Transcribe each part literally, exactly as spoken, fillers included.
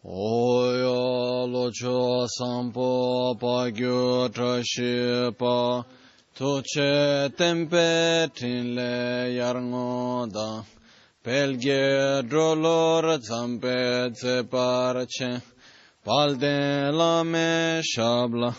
Oyo locho sampo pagyo trashi pa tuche tempe tinle yarngoda pelge drolor zampe zeparche palde lame shabla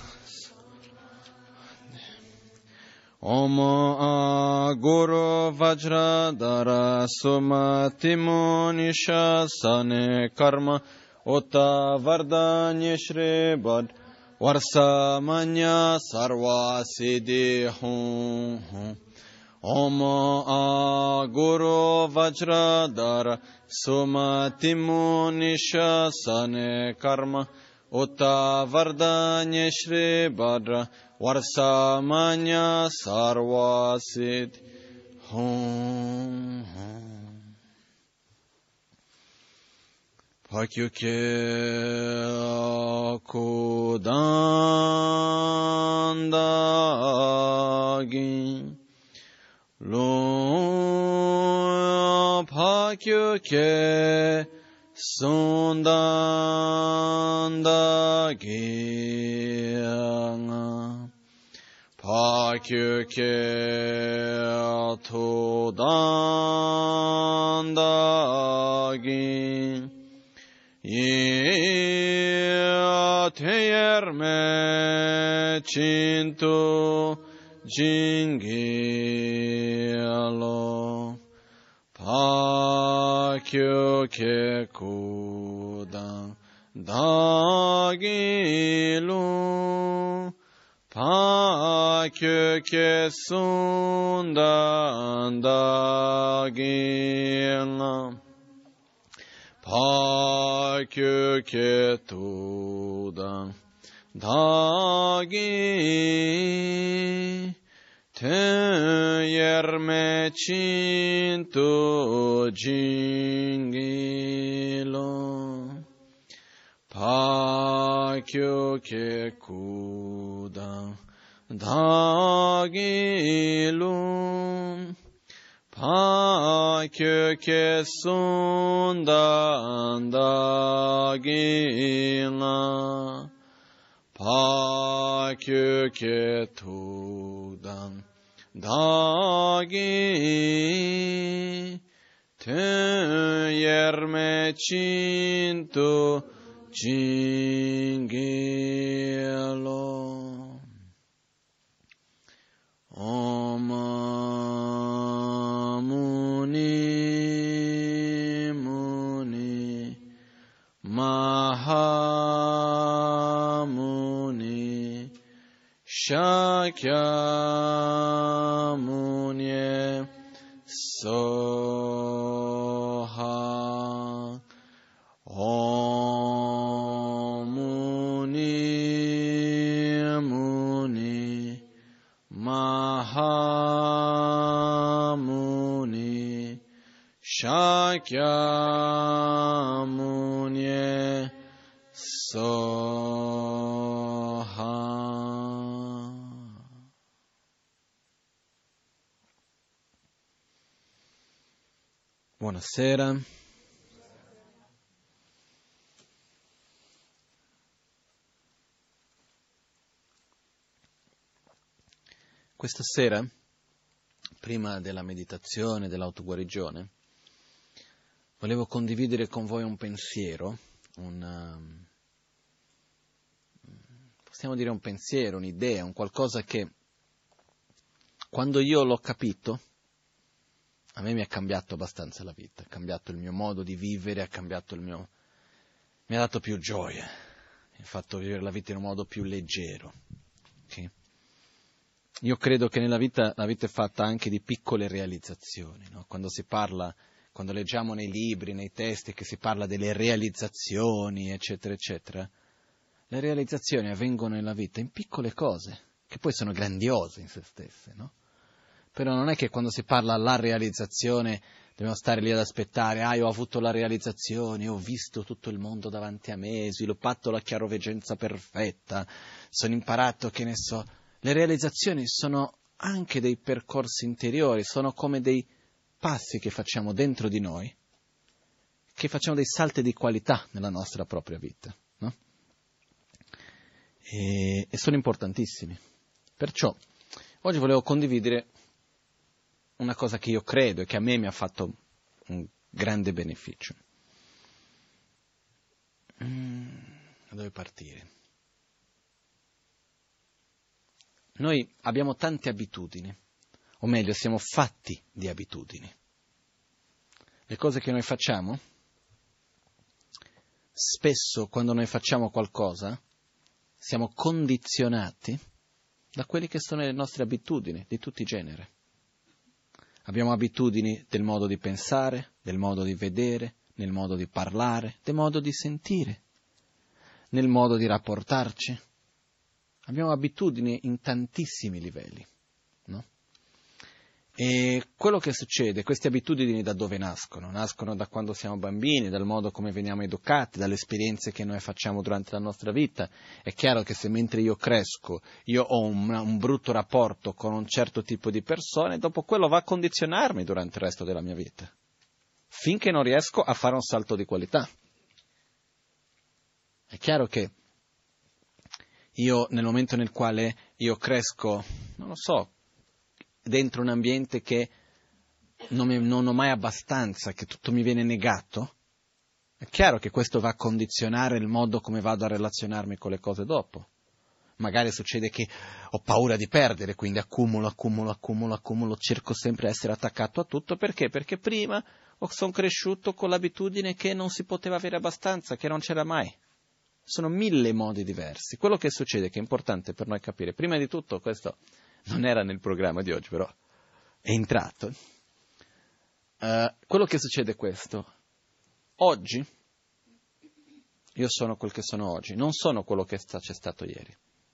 Om Guru Vajradhara Sumatimunisha Sane Karma Uta Vardanya Shribad Varsamanya Sarva Siddhi Hum Om Guru Vajradhara Sumatimunisha Sane Karma Uta Vardanya Shribadra Varsamanya Sarva Siddhi Hum Pakyuke Kudandagi Lo Pakyuke Sundandagi Pakyuke Tudandagi Yateyerme Chintu Jingilo Pakyuke Kudandagi Pakyuke Sundandagi Pakyuke Tudandagi Teyerme Chintu Jingilo Pakyuke Kudandagi Pakyuke Sundandagi Pakyuke Tudandagi Teyerme Chintu Jingilo Om Muni Muni Mahamuni Shakyamuni Soha Om Muni Muni Mahamuni Shakyamuni Soha. Buonasera. Questa sera, prima della meditazione, dell'autoguarigione, volevo condividere con voi un pensiero, un, possiamo dire un pensiero, un'idea, un qualcosa che quando io l'ho capito, a me mi ha cambiato abbastanza la vita, ha cambiato il mio modo di vivere, ha cambiato il mio, mi ha dato più gioia, mi ha fatto vivere la vita in un modo più leggero. Okay? Io credo che nella vita, la vita è fatta anche di piccole realizzazioni, no? Quando si parla, quando leggiamo nei libri, nei testi, che si parla delle realizzazioni, eccetera, eccetera, le realizzazioni avvengono nella vita in piccole cose, che poi sono grandiose in se stesse, no? Però non è che quando si parla alla realizzazione dobbiamo stare lì ad aspettare, ah, io ho avuto la realizzazione, ho visto tutto il mondo davanti a me, sviluppato la chiaroveggenza perfetta, sono imparato, che ne so. Le realizzazioni sono anche dei percorsi interiori, sono come dei passi che facciamo dentro di noi, che facciamo dei salti di qualità nella nostra propria vita, no? E, e sono importantissimi. Perciò oggi volevo condividere una cosa che io credo e che a me mi ha fatto un grande beneficio. Mm, da dove partire? Noi abbiamo tante abitudini, o meglio, siamo fatti di abitudini. Le cose che noi facciamo, spesso quando noi facciamo qualcosa, siamo condizionati da quelle che sono le nostre abitudini di tutti i generi. Abbiamo abitudini del modo di pensare, del modo di vedere, nel modo di parlare, del modo di sentire, nel modo di rapportarci. Abbiamo abitudini in tantissimi livelli, no? E quello che succede, queste abitudini da dove nascono? Nascono da quando siamo bambini, dal modo come veniamo educati, dalle esperienze che noi facciamo durante la nostra vita. È chiaro che se mentre io cresco io ho un, un brutto rapporto con un certo tipo di persone, dopo quello va a condizionarmi durante il resto della mia vita, finché non riesco a fare un salto di qualità. È chiaro che io, nel momento nel quale io cresco, non lo so, dentro un ambiente che non, mi, non ho mai abbastanza, che tutto mi viene negato, è chiaro che questo va a condizionare il modo come vado a relazionarmi con le cose dopo. Magari succede che ho paura di perdere, quindi accumulo, accumulo, accumulo, accumulo, cerco sempre di essere attaccato a tutto. Perché? Perché prima sono cresciuto con l'abitudine che non si poteva avere abbastanza, che non c'era mai. Sono mille modi diversi. Quello che succede, che è importante per noi capire, prima di tutto, questo non era nel programma di oggi, però è entrato. Uh, quello che succede è questo. Oggi, io sono quel che sono oggi, non sono quello che sta, c'è stato ieri.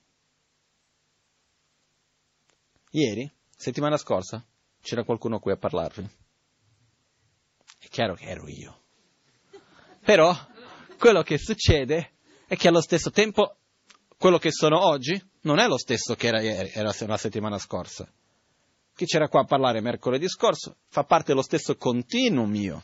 Ieri, settimana scorsa, c'era qualcuno qui a parlarvi. È chiaro che ero io. Però, quello che succede è che allo stesso tempo quello che sono oggi non è lo stesso che era ieri, era la settimana scorsa. Chi c'era qua a parlare mercoledì scorso fa parte dello stesso continuum mio.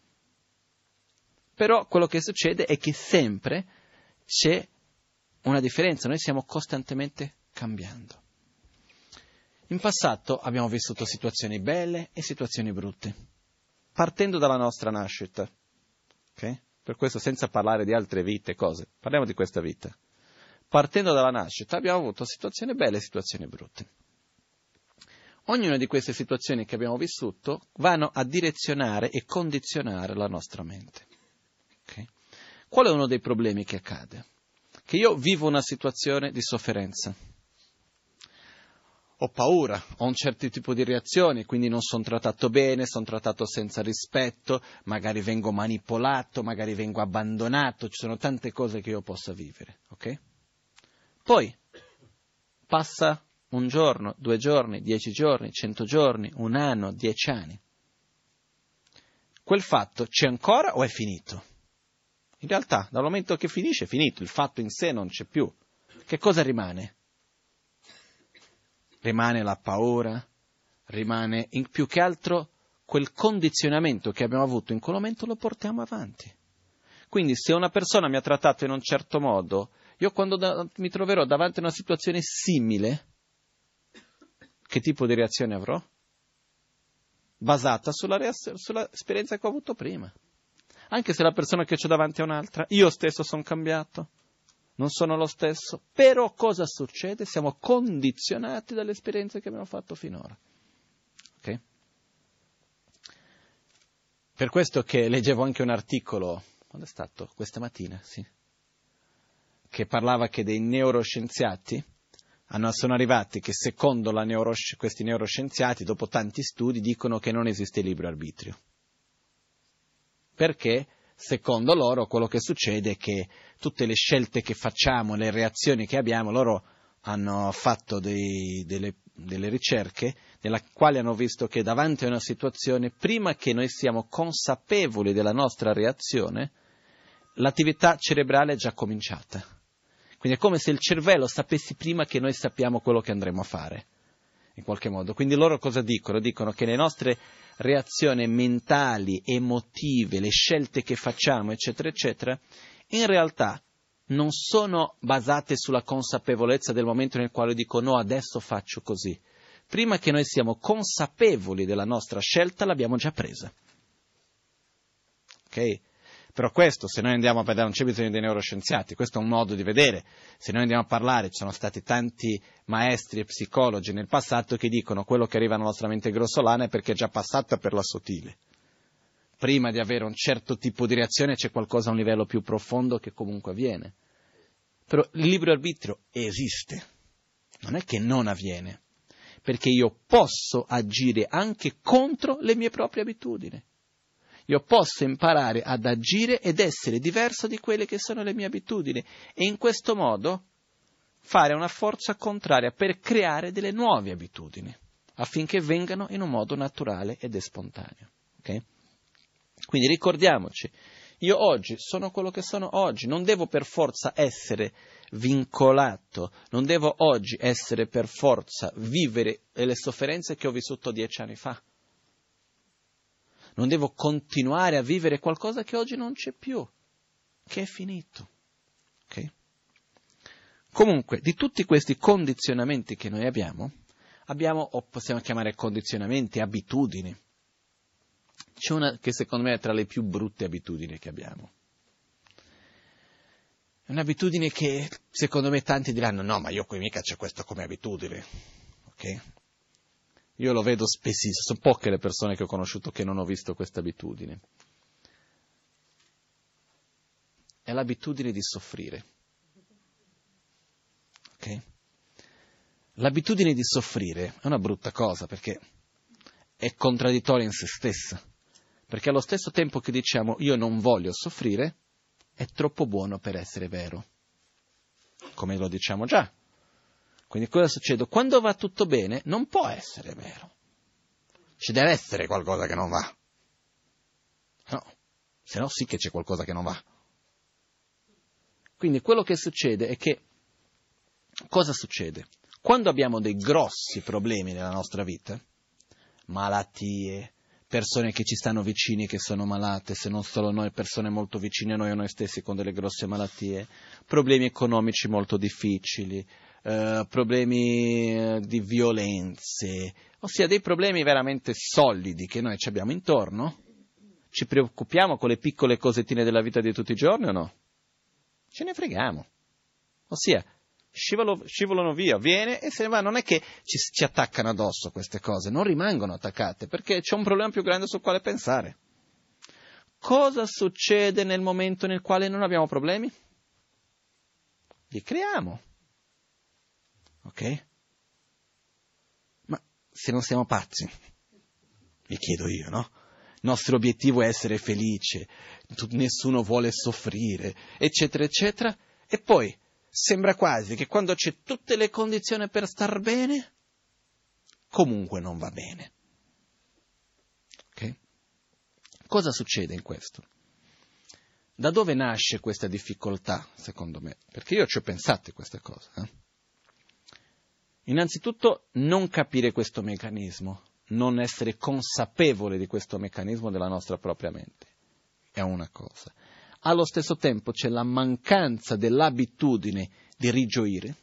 Però quello che succede è che sempre c'è una differenza, noi stiamo costantemente cambiando. In passato abbiamo vissuto situazioni belle e situazioni brutte, partendo dalla nostra nascita, ok? Per questo, senza parlare di altre vite e cose, parliamo di questa vita. Partendo dalla nascita abbiamo avuto situazioni belle e situazioni brutte. Ognuna di queste situazioni che abbiamo vissuto vanno a direzionare e condizionare la nostra mente. Okay? Qual è uno dei problemi che accade? Che io vivo una situazione di sofferenza. Ho paura, ho un certo tipo di reazioni, quindi non sono trattato bene, sono trattato senza rispetto, magari vengo manipolato, magari vengo abbandonato, ci sono tante cose che io possa vivere, ok? Poi passa un giorno, due giorni, dieci giorni, cento giorni, un anno, dieci anni. Quel fatto c'è ancora o è finito? In realtà, dal momento che finisce, è finito, il fatto in sé non c'è più. Che cosa rimane? Rimane la paura, rimane in più che altro quel condizionamento che abbiamo avuto in quel momento lo portiamo avanti. Quindi se una persona mi ha trattato in un certo modo, io quando da, mi troverò davanti a una situazione simile, che tipo di reazione avrò? Basata sulla, reaz- sulla esperienza che ho avuto prima. Anche se la persona che ho davanti è un'altra, io stesso sono cambiato. Non sono lo stesso, però cosa succede? Siamo condizionati dalle esperienze che abbiamo fatto finora. Ok? Per questo che leggevo anche un articolo, quando è stato? Questa mattina, sì, che parlava che dei neuroscienziati hanno, sono arrivati che secondo la neurosci- questi neuroscienziati, dopo tanti studi, dicono che non esiste libero arbitrio. Perché? Secondo loro quello che succede è che tutte le scelte che facciamo, le reazioni che abbiamo, loro hanno fatto dei, delle, delle ricerche nella quali hanno visto che davanti a una situazione, prima che noi siamo consapevoli della nostra reazione, l'attività cerebrale è già cominciata. Quindi è come se il cervello sapesse prima che noi sappiamo quello che andremo a fare. in qualche modo. Quindi loro cosa dicono? Dicono che le nostre reazioni mentali, emotive, le scelte che facciamo, eccetera, eccetera, in realtà non sono basate sulla consapevolezza del momento nel quale dico no, adesso faccio così. Prima che noi siamo consapevoli della nostra scelta, l'abbiamo già presa. Ok? Però questo, se noi andiamo a vedere, non c'è bisogno dei neuroscienziati, questo è un modo di vedere. Se noi andiamo a parlare, ci sono stati tanti maestri e psicologi nel passato che dicono quello che arriva nella nostra mente grossolana è perché è già passata per la sottile. Prima di avere un certo tipo di reazione c'è qualcosa a un livello più profondo che comunque avviene. Però il libero arbitrio esiste, non è che non avviene, perché io posso agire anche contro le mie proprie abitudini. Io posso imparare ad agire ed essere diverso di quelle che sono le mie abitudini e in questo modo fare una forza contraria per creare delle nuove abitudini, affinché vengano in un modo naturale ed spontaneo. Okay? Quindi ricordiamoci, io oggi sono quello che sono oggi, non devo per forza essere vincolato, non devo oggi essere per forza vivere le sofferenze che ho vissuto dieci anni fa. Non devo continuare a vivere qualcosa che oggi non c'è più, che è finito. Okay? Comunque, di tutti questi condizionamenti che noi abbiamo, abbiamo, o possiamo chiamare condizionamenti, abitudini. C'è una che secondo me è tra le più brutte abitudini che abbiamo. È un'abitudine che secondo me tanti diranno, no, ma io qui mica c'è questo come abitudine. Ok? Io lo vedo spessissimo, sono poche le persone che ho conosciuto che non ho visto questa abitudine. È l'abitudine di soffrire. Ok? L'abitudine di soffrire è una brutta cosa perché è contraddittoria in se stessa. Perché allo stesso tempo che diciamo io non voglio soffrire, è troppo buono per essere vero. Come lo diciamo già. Quindi cosa succede? Quando va tutto bene, non può essere vero. Ci deve essere qualcosa che non va. No, se no sì che c'è qualcosa che non va. Quindi quello che succede è che, cosa succede? Quando abbiamo dei grossi problemi nella nostra vita, malattie, persone che ci stanno vicini che sono malate, se non solo noi, persone molto vicine a noi o noi stessi con delle grosse malattie, problemi economici molto difficili, eh, problemi di violenze, ossia dei problemi veramente solidi che noi ci abbiamo intorno, ci preoccupiamo con le piccole cosettine della vita di tutti i giorni o no? Ce ne freghiamo. Ossia, Scivolo, scivolano via, viene e se ne va, non è che ci, ci attaccano addosso queste cose, non rimangono attaccate, perché c'è un problema più grande sul quale pensare. Cosa succede nel momento nel quale non abbiamo problemi? Li creiamo. Ok? Ma se non siamo pazzi, mi chiedo io, no? Il nostro obiettivo è essere felice, nessuno vuole soffrire, eccetera, eccetera, e poi sembra quasi che quando c'è tutte le condizioni per star bene, comunque non va bene. Ok? Cosa succede in questo? Da dove nasce questa difficoltà, secondo me? Perché io ci ho pensato a queste cose. Eh? Innanzitutto, non capire questo meccanismo, non essere consapevole di questo meccanismo della nostra propria mente, è una cosa. Allo stesso tempo c'è la mancanza dell'abitudine di rigioire,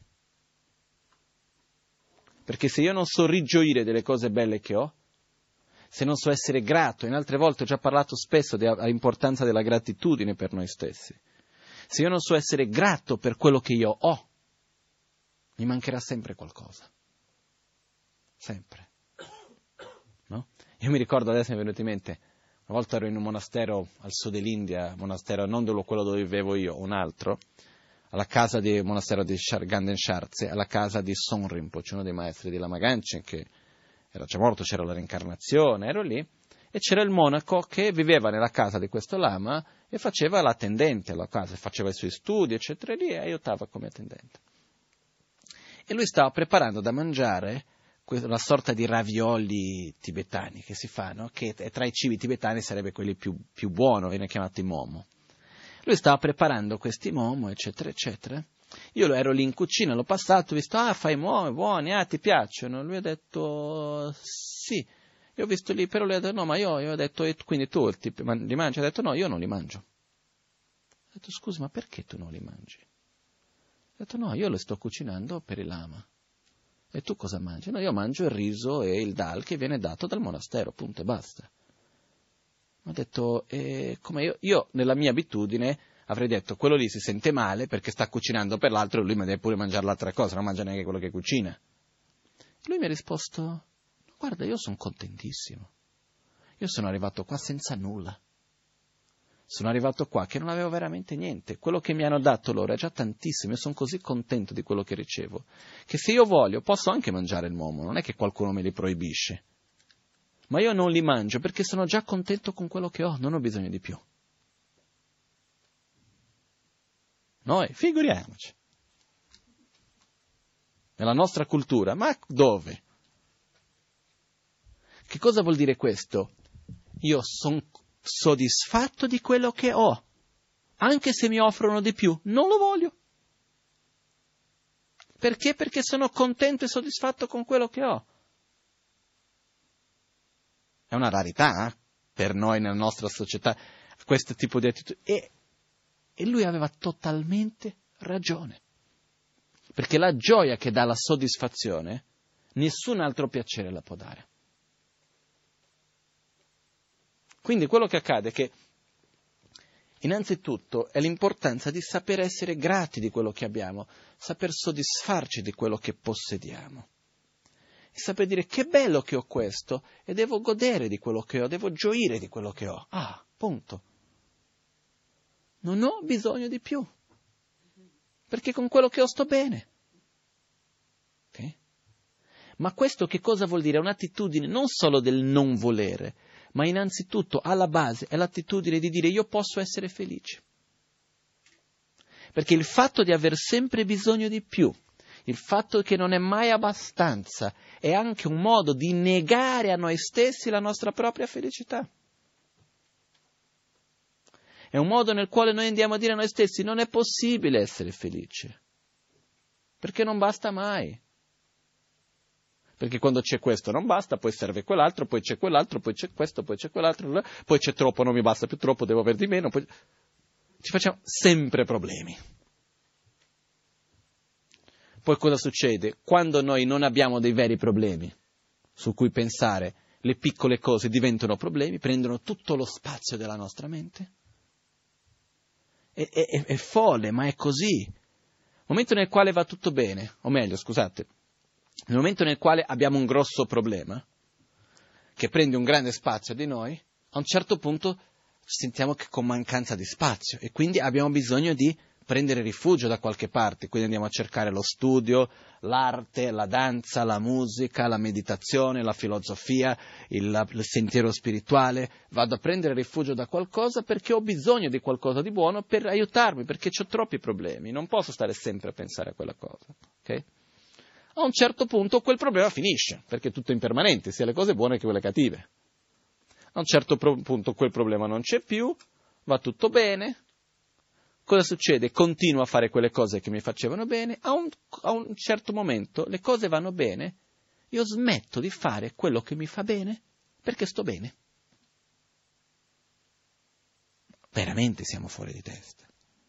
perché se io non so rigioire delle cose belle che ho, se non so essere grato, in altre volte ho già parlato spesso dell'importanza della gratitudine per noi stessi, se io non so essere grato per quello che io ho, mi mancherà sempre qualcosa, sempre, no? Io mi ricordo, adesso mi è venuto in mente, una volta ero in un monastero al sud dell'India, monastero non quello dove vivevo io, un altro, alla casa del monastero di Ganden Shartse, alla casa di Son Rinpoche, uno dei maestri di Lama Ganchen, che era già morto, c'era la reincarnazione, ero lì, e c'era il monaco che viveva nella casa di questo lama e faceva l'attendente alla casa, faceva i suoi studi, eccetera, e lì e aiutava come attendente. E lui stava preparando da mangiare una sorta di ravioli tibetani che si fanno, che tra i cibi tibetani sarebbe quelli più, più buono, viene chiamato i momo. Lui stava preparando questi momo, eccetera, eccetera, Io ero lì in cucina, l'ho passato, ho visto, ah, fai buoni, buoni, ah, ti piacciono? Lui ha detto, sì. Io ho visto lì, però lui ha detto, no, ma io, io ho detto, e quindi tu ti, li mangi? Ha detto, no, io non li mangio. Ho detto, scusa, ma perché tu non li mangi? Ha detto, no, io lo sto cucinando per il lama. E tu cosa mangi? No, io mangio il riso e il dal che viene dato dal monastero, punto e basta. Ho detto, eh, come io, io nella mia abitudine avrei detto, quello lì si sente male perché sta cucinando per l'altro e lui mi deve pure mangiare l'altra cosa, non mangia neanche quello che cucina. Lui mi ha risposto, guarda, io sono contentissimo. Io sono arrivato qua senza nulla. Sono arrivato qua che non avevo veramente niente. Quello che mi hanno dato loro è già tantissimo. Io sono così contento di quello che ricevo, che se io voglio posso anche mangiare il momo, non è che qualcuno me li proibisce. Ma io non li mangio perché sono già contento con quello che ho, non ho bisogno di più. Noi, figuriamoci. Nella nostra cultura, ma dove? Che cosa vuol dire questo? Io sono soddisfatto di quello che ho, anche se mi offrono di più, non lo voglio. Perché? Perché sono contento e soddisfatto con quello che ho. È una rarità eh? per noi nella nostra società, questo tipo di attitudine. E, e lui aveva totalmente ragione. Perché la gioia che dà la soddisfazione, nessun altro piacere la può dare. Quindi quello che accade è che, innanzitutto, è l'importanza di saper essere grati di quello che abbiamo, saper soddisfarci di quello che possediamo. E saper dire che bello che ho questo e devo godere di quello che ho, devo gioire di quello che ho. Ah, punto. Non ho bisogno di più, perché con quello che ho sto bene. Okay? Ma questo che cosa vuol dire? È un'attitudine non solo del non volere, ma innanzitutto alla base è l'attitudine di dire io posso essere felice. Perché il fatto di aver sempre bisogno di più, il fatto che non è mai abbastanza, è anche un modo di negare a noi stessi la nostra propria felicità. È un modo nel quale noi andiamo a dire a noi stessi non è possibile essere felice, perché non basta mai. Perché quando c'è questo non basta, poi serve quell'altro, poi c'è quell'altro, poi c'è questo, poi c'è quell'altro, poi c'è troppo, non mi basta più troppo, devo aver di meno, poi ci facciamo sempre problemi. Poi cosa succede? Quando noi non abbiamo dei veri problemi su cui pensare, le piccole cose diventano problemi, prendono tutto lo spazio della nostra mente. È, è, è folle, ma è così. Nel momento nel quale va tutto bene, o meglio, scusate, nel momento nel quale abbiamo un grosso problema, che prende un grande spazio di noi, a un certo punto sentiamo che con mancanza di spazio e quindi abbiamo bisogno di prendere rifugio da qualche parte, quindi andiamo a cercare lo studio, l'arte, la danza, la musica, la meditazione, la filosofia, il, il sentiero spirituale, vado a prendere rifugio da qualcosa perché ho bisogno di qualcosa di buono per aiutarmi, perché ho troppi problemi, non posso stare sempre a pensare a quella cosa, ok? A un certo punto quel problema finisce, perché è tutto impermanente, sia le cose buone che quelle cattive. A un certo punto quel problema non c'è più, va tutto bene. Cosa succede? Continuo a fare quelle cose che mi facevano bene, a un, a un certo momento le cose vanno bene, io smetto di fare quello che mi fa bene perché sto bene. Veramente siamo fuori di testa.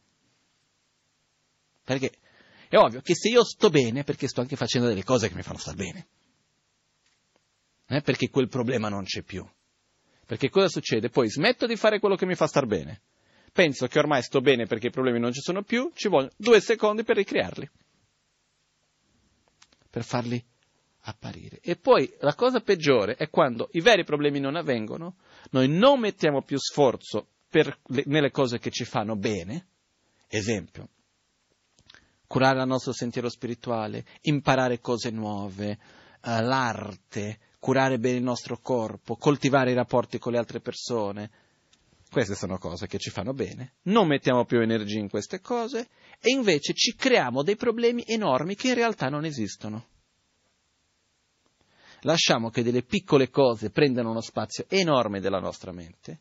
Perché è ovvio che se io sto bene, perché sto anche facendo delle cose che mi fanno star bene. Non è perché quel problema non c'è più. Perché cosa succede? Poi smetto di fare quello che mi fa star bene. Penso che ormai sto bene perché i problemi non ci sono più, ci vogliono due secondi per ricrearli. Per farli apparire. E poi la cosa peggiore è quando i veri problemi non avvengono, noi non mettiamo più sforzo per le, nelle cose che ci fanno bene. Esempio, curare il nostro sentiero spirituale, imparare cose nuove, uh, l'arte, curare bene il nostro corpo, coltivare i rapporti con le altre persone. Queste sono cose che ci fanno bene, non mettiamo più energia in queste cose e invece ci creiamo dei problemi enormi che in realtà non esistono. Lasciamo che delle piccole cose prendano uno spazio enorme della nostra mente,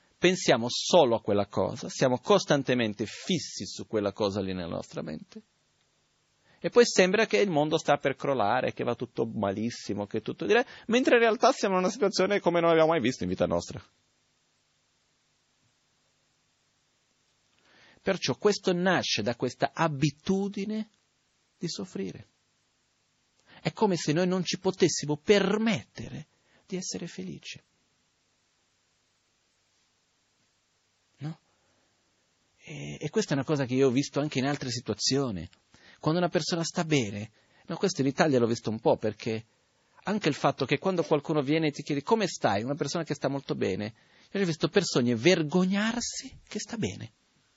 pensiamo solo a quella cosa, siamo costantemente fissi su quella cosa lì nella nostra mente E poi sembra che il mondo sta per crollare, che va tutto malissimo, che tutto dire, mentre in realtà siamo in una situazione come non abbiamo mai visto in vita nostra. Perciò questo nasce da questa abitudine di soffrire. È come se noi non ci potessimo permettere di essere felici. No? E, e questa è una cosa che io ho visto anche in altre situazioni. Quando una persona sta bene, no, questo in Italia l'ho visto un po', perché anche il fatto che quando qualcuno viene e ti chiede come stai, una persona che sta molto bene, io ho visto persone vergognarsi che sta bene.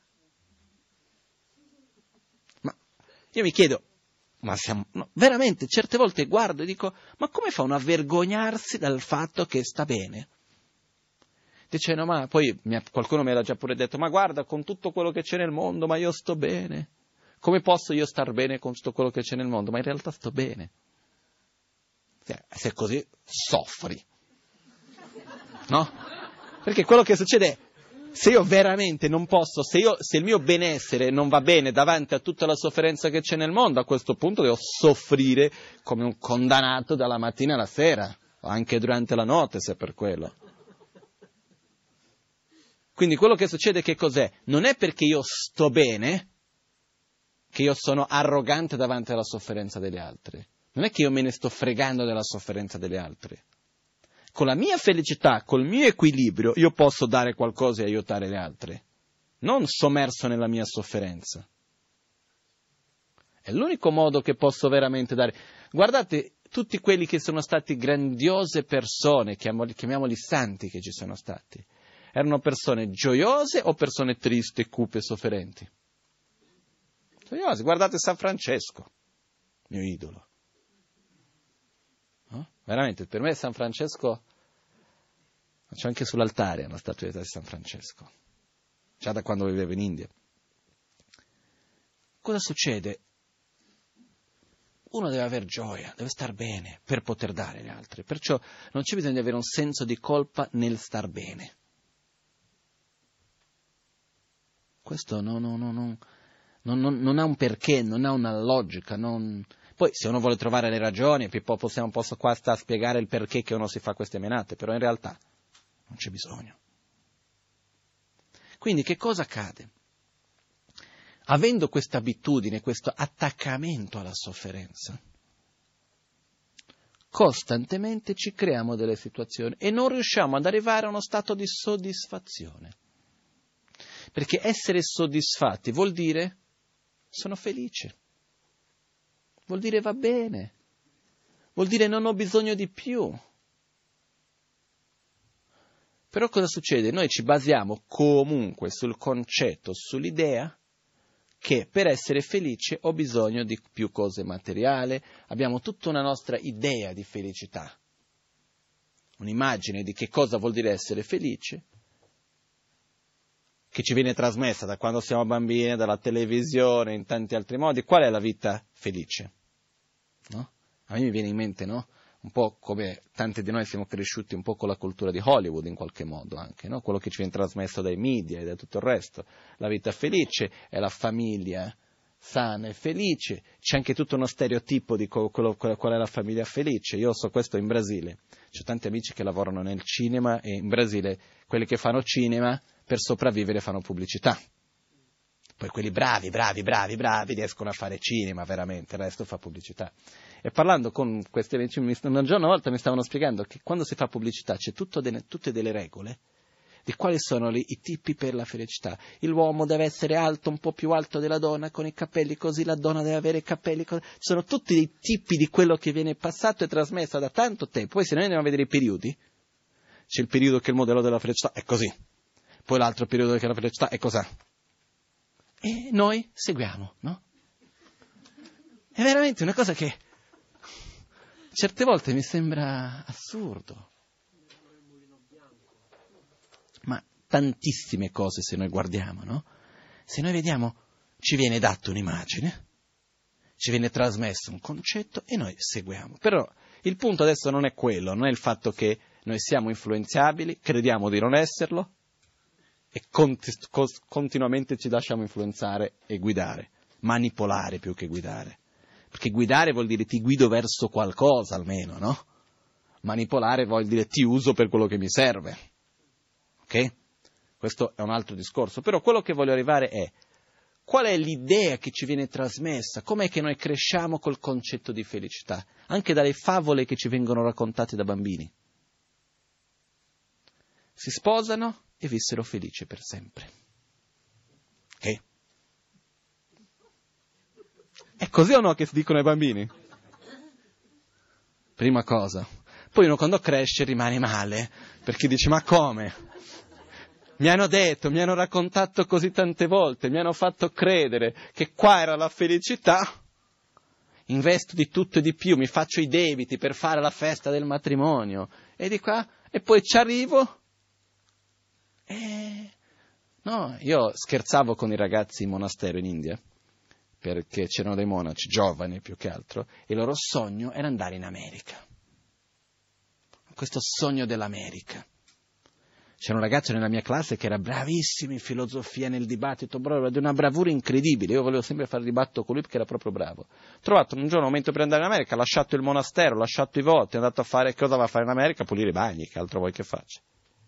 Ma io mi chiedo, ma siamo, no, veramente, certe volte guardo e dico, ma come fa uno a vergognarsi dal fatto che sta bene? Dice, no, ma poi mi ha, qualcuno mi era già pure detto, ma guarda, con tutto quello che c'è nel mondo, ma io sto bene. Come posso io star bene con tutto quello che c'è nel mondo? Ma in realtà sto bene. Se è così, soffri. No? Perché quello che succede è, se io veramente non posso, se, io, se il mio benessere non va bene davanti a tutta la sofferenza che c'è nel mondo, a questo punto devo soffrire come un condannato dalla mattina alla sera, anche durante la notte, se per quello. Quindi quello che succede che cos'è? Non è perché io sto bene che io sono arrogante davanti alla sofferenza degli altri. Non è che io me ne sto fregando della sofferenza degli altri. Con la mia felicità, col mio equilibrio, io posso dare qualcosa e aiutare gli altri. Non sommerso nella mia sofferenza. È l'unico modo che posso veramente dare. Guardate, tutti quelli che sono stati grandiose persone, chiamiamoli santi che ci sono stati, erano persone gioiose o persone tristi, cupe e sofferenti? Gioiose. Guardate San Francesco, mio idolo. No? Veramente, per me San Francesco, c'è anche sull'altare una statuetta di San Francesco, già da quando vivevo in India. Cosa succede? Uno deve avere gioia, deve star bene per poter dare agli altri, perciò non c'è bisogno di avere un senso di colpa nel star bene. Questo no, no, no, no, non, non, non ha un perché, non ha una logica. Non... Poi se uno vuole trovare le ragioni, poi possiamo posso qua sta a spiegare il perché che uno si fa queste menate, però in realtà non c'è bisogno. Quindi che cosa accade? Avendo questa abitudine, questo attaccamento alla sofferenza, costantemente ci creiamo delle situazioni e non riusciamo ad arrivare a uno stato di soddisfazione. Perché essere soddisfatti vuol dire sono felice, vuol dire va bene, vuol dire non ho bisogno di più. Però cosa succede? Noi ci basiamo comunque sul concetto, sull'idea che per essere felice ho bisogno di più cose materiali, abbiamo tutta una nostra idea di felicità, un'immagine di che cosa vuol dire essere felice, che ci viene trasmessa da quando siamo bambini, dalla televisione, in tanti altri modi. Qual è la vita felice? No? A me mi viene in mente, no? Un po' come tanti di noi siamo cresciuti un po' con la cultura di Hollywood in qualche modo anche, no? Quello che ci viene trasmesso dai media e da tutto il resto. La vita felice è la famiglia sana e felice, c'è anche tutto uno stereotipo di quello, quello, qual è la famiglia felice. Io so questo in Brasile, c'ho tanti amici che lavorano nel cinema e in Brasile quelli che fanno cinema per sopravvivere fanno pubblicità. Poi quelli bravi, bravi, bravi, bravi riescono a fare cinema veramente, il resto fa pubblicità. E parlando con questi amici, una giorno una volta mi stavano spiegando che quando si fa pubblicità c'è tutto delle, tutte delle regole di quali sono li, i tipi per la felicità. L'uomo deve essere alto, un po' più alto della donna, con i capelli così, la donna deve avere i capelli così. Sono tutti dei tipi di quello che viene passato e trasmesso da tanto tempo. Poi se noi andiamo a vedere i periodi, c'è il periodo che il modello della felicità è così, poi l'altro periodo che la felicità è così. E noi seguiamo, no? È veramente una cosa che certe volte mi sembra assurdo. Ma tantissime cose se noi guardiamo, no? Se noi vediamo, ci viene dato un'immagine, ci viene trasmesso un concetto e noi seguiamo. Però il punto adesso non è quello, non è il fatto che noi siamo influenzabili, crediamo di non esserlo e conti- cos- continuamente ci lasciamo influenzare e guidare, manipolare più che guidare. Perché guidare vuol dire ti guido verso qualcosa almeno, no? Manipolare vuol dire ti uso per quello che mi serve. Ok? Questo è un altro discorso. Però quello che voglio arrivare è, qual è l'idea che ci viene trasmessa? Com'è che noi cresciamo col concetto di felicità? Anche dalle favole che ci vengono raccontate da bambini. Si sposano e vissero felici per sempre. Ok? È così o no che si dicono ai bambini? Prima cosa. Poi uno quando cresce rimane male, perché dice, ma come? Mi hanno detto, mi hanno raccontato così tante volte, mi hanno fatto credere che qua era la felicità, investo di tutto e di più, mi faccio i debiti per fare la festa del matrimonio, e di qua, e poi ci arrivo, e... No, io scherzavo con i ragazzi in monastero in India, perché c'erano dei monaci, giovani più che altro, e il loro sogno era andare in America. Questo sogno dell'America. C'era un ragazzo nella mia classe che era bravissimo in filosofia, nel dibattito, bravo, di una bravura incredibile. Io volevo sempre fare il dibattito con lui perché era proprio bravo. Ho trovato un giorno un momento per andare in America, ha lasciato il monastero, ha lasciato i voti, è andato a fare, cosa va a fare in America? Pulire i bagni, che altro vuoi che faccia?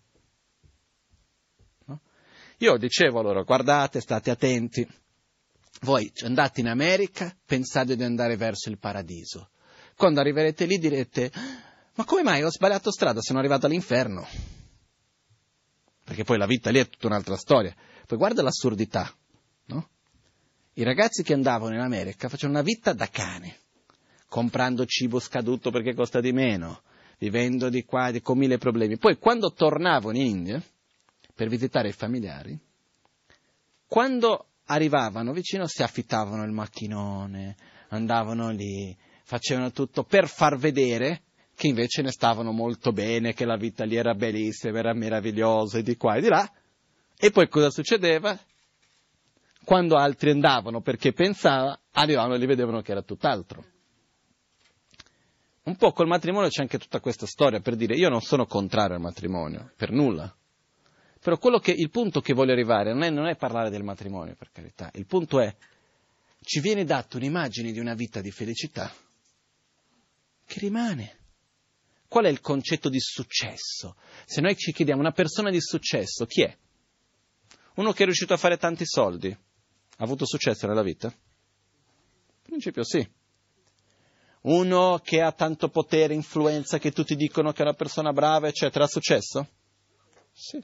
No? Io dicevo loro, guardate, state attenti, voi andate in America, pensate di andare verso il paradiso. Quando arriverete lì direte, ma come mai ho sbagliato strada, sono arrivato all'inferno? Perché poi la vita lì è tutta un'altra storia. Poi guarda l'assurdità, no? I ragazzi che andavano in America facevano una vita da cane, comprando cibo scaduto perché costa di meno, vivendo di qua di, con mille problemi. Poi quando tornavano in India per visitare i familiari, quando arrivavano vicino si affittavano il macchinone, andavano lì, facevano tutto per far vedere che invece ne stavano molto bene, che la vita lì era bellissima, era meravigliosa, e di qua e di là. E poi cosa succedeva? Quando altri andavano perché pensava, arrivavano e li vedevano che era tutt'altro. Un po' col matrimonio c'è anche tutta questa storia, per dire, io non sono contrario al matrimonio, per nulla. Però quello che, il punto che voglio arrivare non è, non è parlare del matrimonio, per carità. Il punto è, ci viene data un'immagine di una vita di felicità che rimane. Qual è il concetto di successo? Se noi ci chiediamo una persona di successo, chi è? Uno che è riuscito a fare tanti soldi? Ha avuto successo nella vita? In principio sì. Uno che ha tanto potere, influenza, che tutti dicono che è una persona brava, eccetera, ha successo? Sì.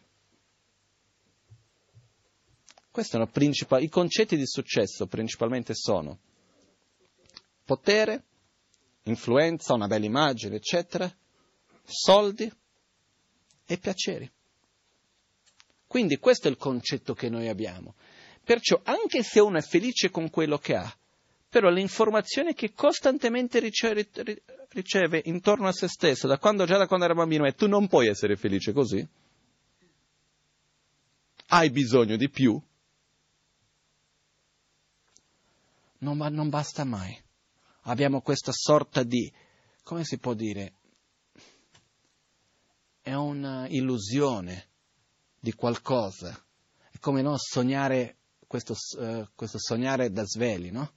Questi sono principali, i concetti di successo principalmente sono potere, influenza, una bella immagine, eccetera, soldi e piaceri. Quindi questo è il concetto che noi abbiamo. Perciò anche se uno è felice con quello che ha, però l'informazione che costantemente riceve, riceve intorno a se stesso, da quando, già da quando era bambino, è tu non puoi essere felice così, hai bisogno di più, non, non basta mai. Abbiamo questa sorta di, come si può dire, è un'illusione di qualcosa. È come no, sognare, questo, uh, questo sognare da svegli, no?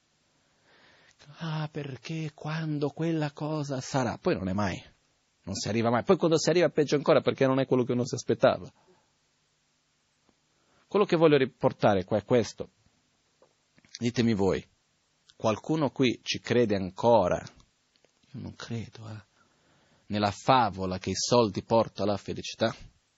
Ah, perché quando quella cosa sarà? Poi non è mai, non si arriva mai. Poi quando si arriva peggio ancora perché non è quello che uno si aspettava. Quello che voglio riportare qua è questo. Ditemi voi, qualcuno qui ci crede ancora? Io non credo, eh. Nella favola che i soldi portano alla felicità?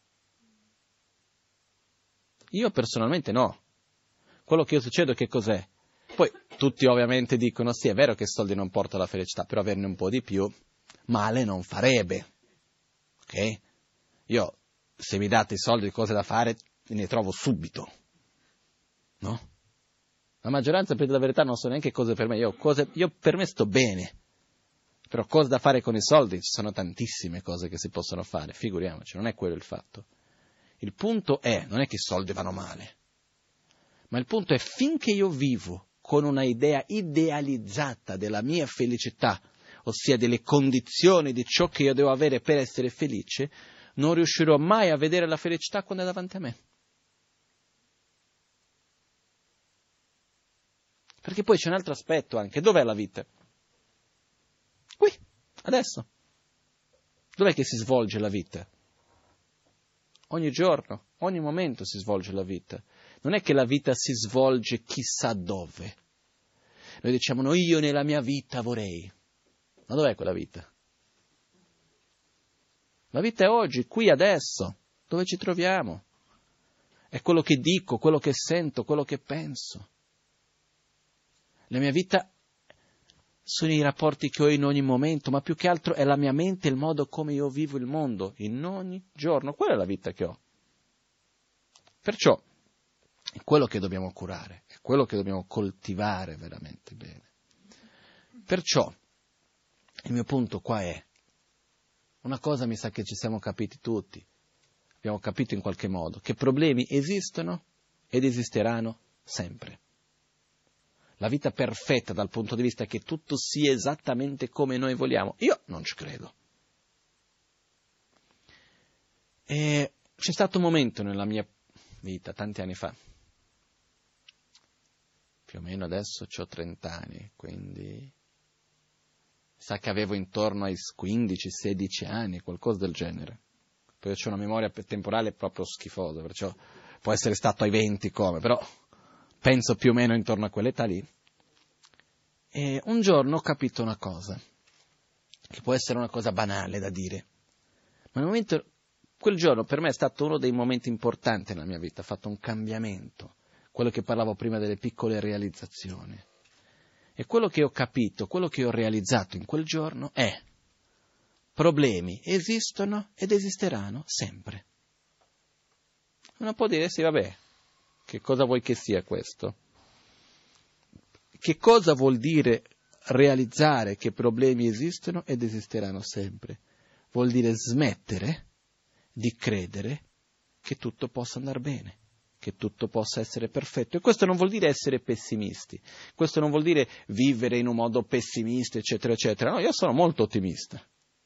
Io personalmente no. Quello che io succede che cos'è? Poi tutti ovviamente dicono sì, è vero che i soldi non portano alla felicità, però averne un po' di più male non farebbe. Ok? Io, se mi date i soldi di cose da fare, ne trovo subito. No? La maggioranza, per la verità, non so neanche cose per me. Io, cose, io per me sto bene. Però cose da fare con i soldi, ci sono tantissime cose che si possono fare, figuriamoci, non è quello il fatto. Il punto è, non è che i soldi vanno male, ma il punto è finché io vivo con una idea idealizzata della mia felicità, ossia delle condizioni di ciò che io devo avere per essere felice, non riuscirò mai a vedere la felicità quando è davanti a me. Perché poi c'è un altro aspetto anche. Dov'è la vita? Qui, adesso. Dov'è che si svolge la vita? Ogni giorno, ogni momento si svolge la vita. Non è che la vita si svolge chissà dove. Noi diciamo, no, io nella mia vita vorrei. Ma dov'è quella vita? La vita è oggi, qui, adesso, dove ci troviamo. È quello che dico, quello che sento, quello che penso. La mia vita sono i rapporti che ho in ogni momento, ma più che altro è la mia mente, il modo come io vivo il mondo, in ogni giorno. Quella è la vita che ho. Perciò è quello che dobbiamo curare, è quello che dobbiamo coltivare veramente bene. Perciò il mio punto qua è, una cosa mi sa che ci siamo capiti tutti, abbiamo capito in qualche modo, che problemi esistono ed esisteranno sempre. La vita perfetta dal punto di vista che tutto sia esattamente come noi vogliamo, io non ci credo. E c'è stato un momento nella mia vita, tanti anni fa, più o meno adesso ho trenta anni, quindi sa che avevo intorno ai quindici sedici anni, qualcosa del genere. Poi ho una memoria temporale proprio schifosa, perciò può essere stato ai venti come, però penso più o meno intorno a quell'età lì. E un giorno ho capito una cosa, che può essere una cosa banale da dire, ma nel momento, quel giorno per me è stato uno dei momenti importanti nella mia vita, ha fatto un cambiamento, quello che parlavo prima delle piccole realizzazioni. E quello che ho capito, quello che ho realizzato in quel giorno è: problemi esistono ed esisteranno sempre. Uno può dire, sì, vabbè, che cosa vuoi che sia questo? Che cosa vuol dire realizzare che problemi esistono ed esisteranno sempre? Vuol dire smettere di credere che tutto possa andare bene, che tutto possa essere perfetto. E questo non vuol dire essere pessimisti, questo non vuol dire vivere in un modo pessimista, eccetera, eccetera. No, io sono molto ottimista.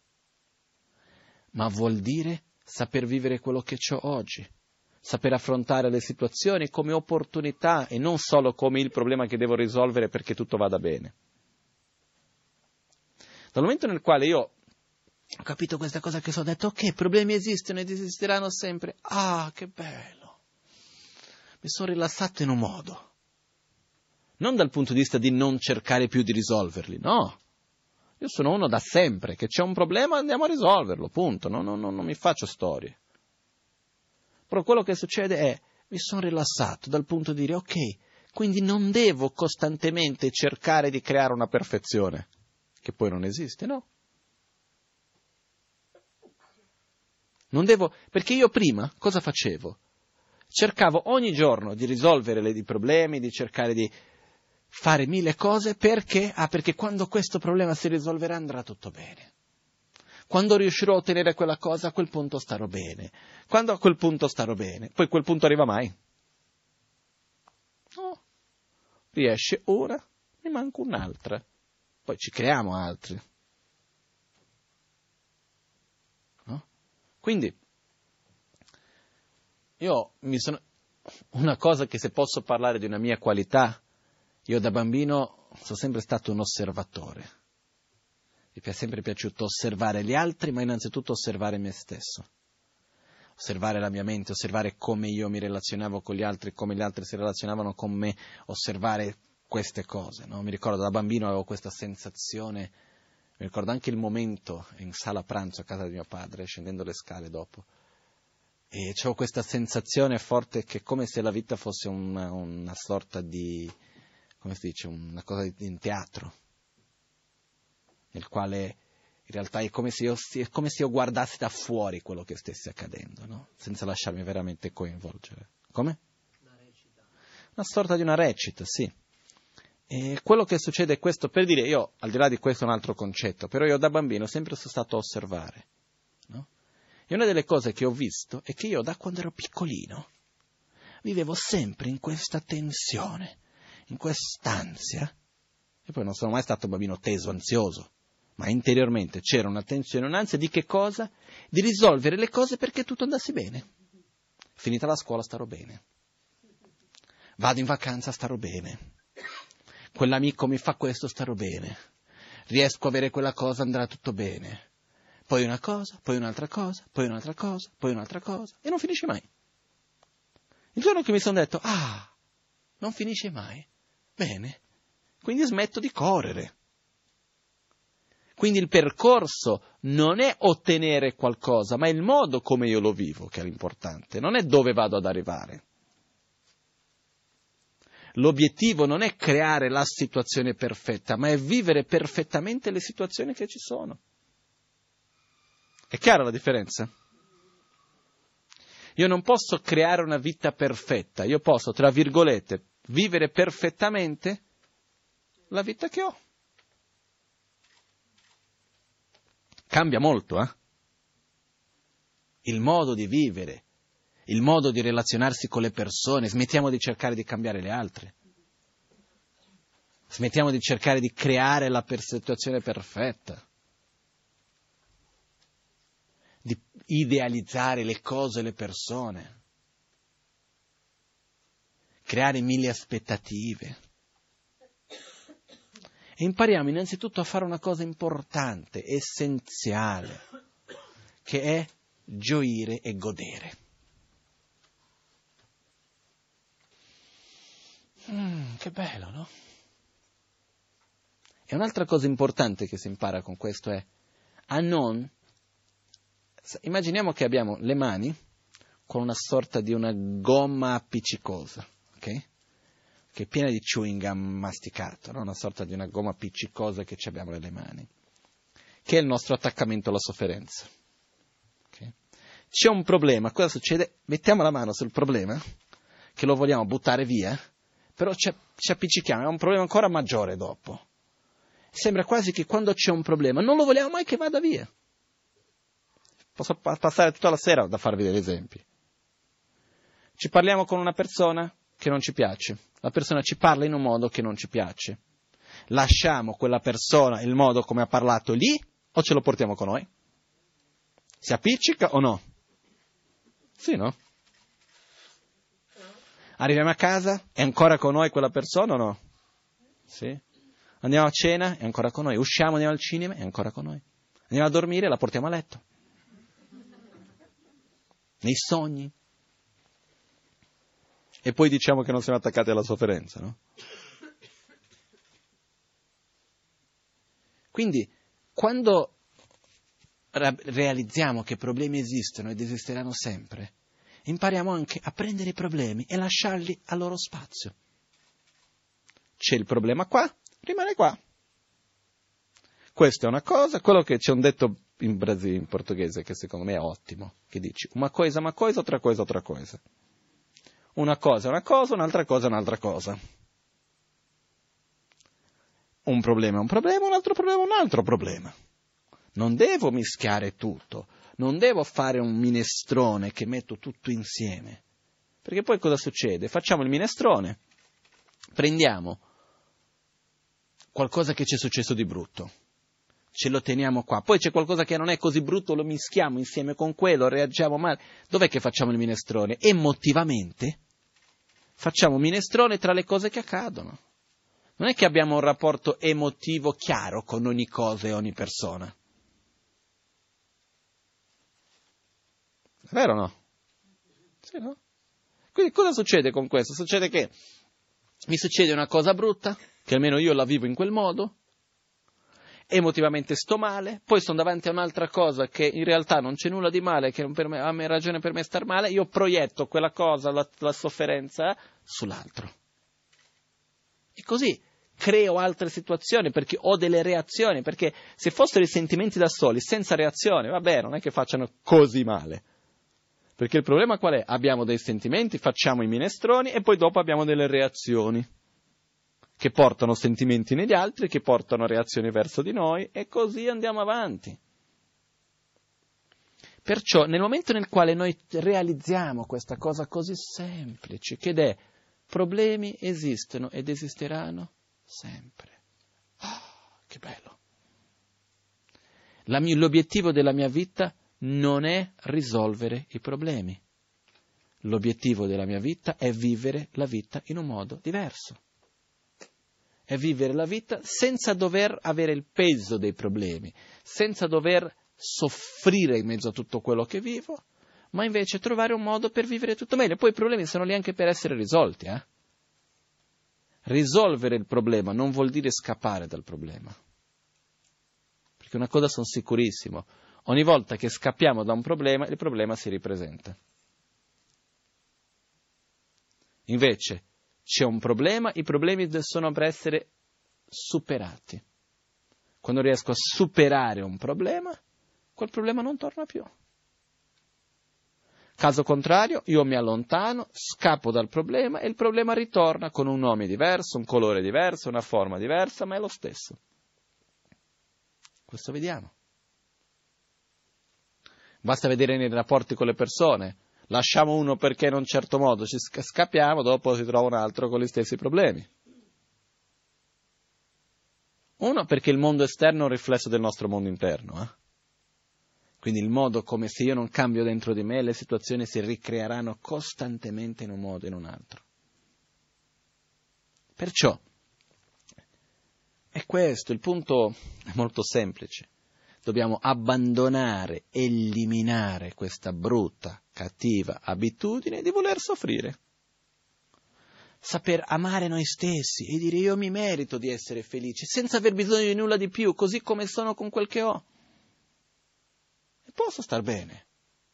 Ma vuol dire saper vivere quello che ho oggi, saper affrontare le situazioni come opportunità e non solo come il problema che devo risolvere perché tutto vada bene. Dal momento nel quale io ho capito questa cosa che so, ho detto, ok, problemi esistono ed esisteranno sempre. Ah, che bello! Mi sono rilassato in un modo. Non dal punto di vista di non cercare più di risolverli, no. Io sono uno da sempre, che c'è un problema andiamo a risolverlo, punto, no, no, no, non mi faccio storie. Però quello che succede è, mi sono rilassato dal punto di dire, ok, quindi non devo costantemente cercare di creare una perfezione, che poi non esiste, no? Non devo, perché io prima cosa facevo? Cercavo ogni giorno di risolvere le, i problemi, di cercare di fare mille cose, perché? Ah, perché quando questo problema si risolverà andrà tutto bene. Quando riuscirò a ottenere quella cosa, a quel punto starò bene. Quando a quel punto starò bene. Poi quel punto arriva mai? No. Riesce ora, ne manca un'altra. Poi ci creiamo altri. No? Quindi, io mi sono... Una cosa che se posso parlare di una mia qualità, io da bambino sono sempre stato un osservatore. Mi è sempre piaciuto osservare gli altri, ma innanzitutto osservare me stesso. Osservare la mia mente, osservare come io mi relazionavo con gli altri, come gli altri si relazionavano con me, osservare queste cose. No? Mi ricordo da bambino avevo questa sensazione, mi ricordo anche il momento in sala pranzo a casa di mio padre, scendendo le scale dopo. E avevo questa sensazione forte che come se la vita fosse una, una sorta di, come si dice, una cosa in teatro, nel quale in realtà è come se io, è come se io guardassi da fuori quello che stesse accadendo, no? Senza lasciarmi veramente coinvolgere. Come? Una recita. Una sorta di una recita, sì. E quello che succede è questo, per dire, io, al di là di questo è un altro concetto, però io da bambino sempre sono stato a osservare, no? E una delle cose che ho visto è che io da quando ero piccolino vivevo sempre in questa tensione, in quest'ansia, e poi non sono mai stato un bambino teso, ansioso, ma interiormente c'era una tensione, un'ansia di che cosa? Di risolvere le cose perché tutto andasse bene. Finita la scuola starò bene. Vado in vacanza starò bene. quell'amico mi fa questo, starò bene. Riesco a avere quella cosa, andrà tutto bene. Poi una cosa, poi un'altra cosa, poi un'altra cosa, poi un'altra cosa, e non finisce mai. Il giorno che mi sono detto, ah, non finisce mai, bene, quindi smetto di correre. Quindi il percorso non è ottenere qualcosa, ma è il modo come io lo vivo che è l'importante, non è dove vado ad arrivare. L'obiettivo non è creare la situazione perfetta, ma è vivere perfettamente le situazioni che ci sono. È chiara la differenza? Io non posso creare una vita perfetta, io posso, tra virgolette, vivere perfettamente la vita che ho. Cambia molto, eh? Il modo di vivere, il modo di relazionarsi con le persone, smettiamo di cercare di cambiare le altre. Smettiamo di cercare di creare la situazione perfetta, di idealizzare le cose e le persone, creare mille aspettative. E impariamo innanzitutto a fare una cosa importante, essenziale, che è gioire e godere. Mm, che bello, no? E un'altra cosa importante che si impara con questo è a non... Immaginiamo che abbiamo le mani con una sorta di una gomma appiccicosa, ok? Che è piena di chewing gum masticato, no? Una sorta di una gomma appiccicosa che ci abbiamo nelle mani, che è il nostro attaccamento alla sofferenza. Okay? C'è un problema, cosa succede? Mettiamo la mano sul problema, che lo vogliamo buttare via, però ci, ci appiccichiamo, è un problema ancora maggiore dopo. Sembra quasi che quando c'è un problema non lo vogliamo mai che vada via. Posso pa- passare tutta la sera da farvi degli esempi. Ci parliamo con una persona che non ci piace, la persona ci parla in un modo che non ci piace. Lasciamo quella persona il modo come ha parlato lì o ce lo portiamo con noi? Si appiccica o no? Sì, no? Arriviamo a casa, è ancora con noi quella persona o no? Sì. Andiamo a cena, è ancora con noi. Usciamo, andiamo al cinema, è ancora con noi. Andiamo a dormire, la portiamo a letto. Nei sogni. E poi diciamo che non siamo attaccati alla sofferenza, no? Quindi, quando ra- realizziamo che problemi esistono ed esisteranno sempre, impariamo anche a prendere i problemi e lasciarli al loro spazio. C'è il problema qua, rimane qua. Questa è una cosa, quello che c'è un detto in Brasile, in portoghese, che secondo me è ottimo, che dice una cosa è una cosa, otra cosa è otra cosa. Una cosa è una cosa, un'altra cosa è un'altra cosa. Un problema è un problema, un altro problema è un altro problema. Non devo mischiare tutto, non devo fare un minestrone che metto tutto insieme. Perché poi cosa succede? Facciamo il minestrone, prendiamo qualcosa che ci è successo di brutto, ce lo teniamo qua, poi c'è qualcosa che non è così brutto, lo mischiamo insieme con quello, reagiamo male. Dov'è che facciamo il minestrone? Emotivamente facciamo minestrone tra le cose che accadono. Non è che abbiamo un rapporto emotivo chiaro con ogni cosa e ogni persona. È vero o no? Sì, no? Quindi cosa succede con questo? Succede che mi succede una cosa brutta, che almeno io la vivo in quel modo, emotivamente sto male, poi sono davanti a un'altra cosa che in realtà non c'è nulla di male, che per me, ha ragione per me star male, io proietto quella cosa, la, la sofferenza, sull'altro. E così creo altre situazioni, perché ho delle reazioni, perché se fossero i sentimenti da soli, senza reazione, vabbè, non è che facciano così male. Perché il problema qual è? Abbiamo dei sentimenti, facciamo i minestroni e poi dopo abbiamo delle reazioni che portano sentimenti negli altri, che portano reazioni verso di noi, e così andiamo avanti. Perciò, nel momento nel quale noi realizziamo questa cosa così semplice, che è problemi esistono ed esisteranno sempre. Oh, che bello! La mia, l'obiettivo della mia vita non è risolvere i problemi. L'obiettivo della mia vita è vivere la vita in un modo diverso. è vivere la vita senza dover avere il peso dei problemi, senza dover soffrire in mezzo a tutto quello che vivo, ma invece trovare un modo per vivere tutto meglio. Poi i problemi sono lì anche per essere risolti. Eh? Risolvere il problema non vuol dire scappare dal problema. Perché una cosa sono sicurissimo, ogni volta che scappiamo da un problema, il problema si ripresenta. Invece, c'è un problema, i problemi sono per essere superati. Quando riesco a superare un problema, quel problema non torna più. Caso contrario, io mi allontano, scappo dal problema e il problema ritorna con un nome diverso, un colore diverso, una forma diversa, ma è lo stesso. Questo vediamo. Basta vedere nei rapporti con le persone. Lasciamo uno perché in un certo modo ci scappiamo, dopo si trova un altro con gli stessi problemi. Uno perché il mondo esterno è un riflesso del nostro mondo interno. Eh? Quindi il modo come se io non cambio dentro di me, le situazioni si ricreeranno costantemente in un modo o in un altro. Perciò, è questo, il punto è molto semplice. Dobbiamo abbandonare, eliminare questa brutta, cattiva abitudine di voler soffrire. Saper amare noi stessi e dire io mi merito di essere felice, senza aver bisogno di nulla di più, così come sono con quel che ho. E posso star bene.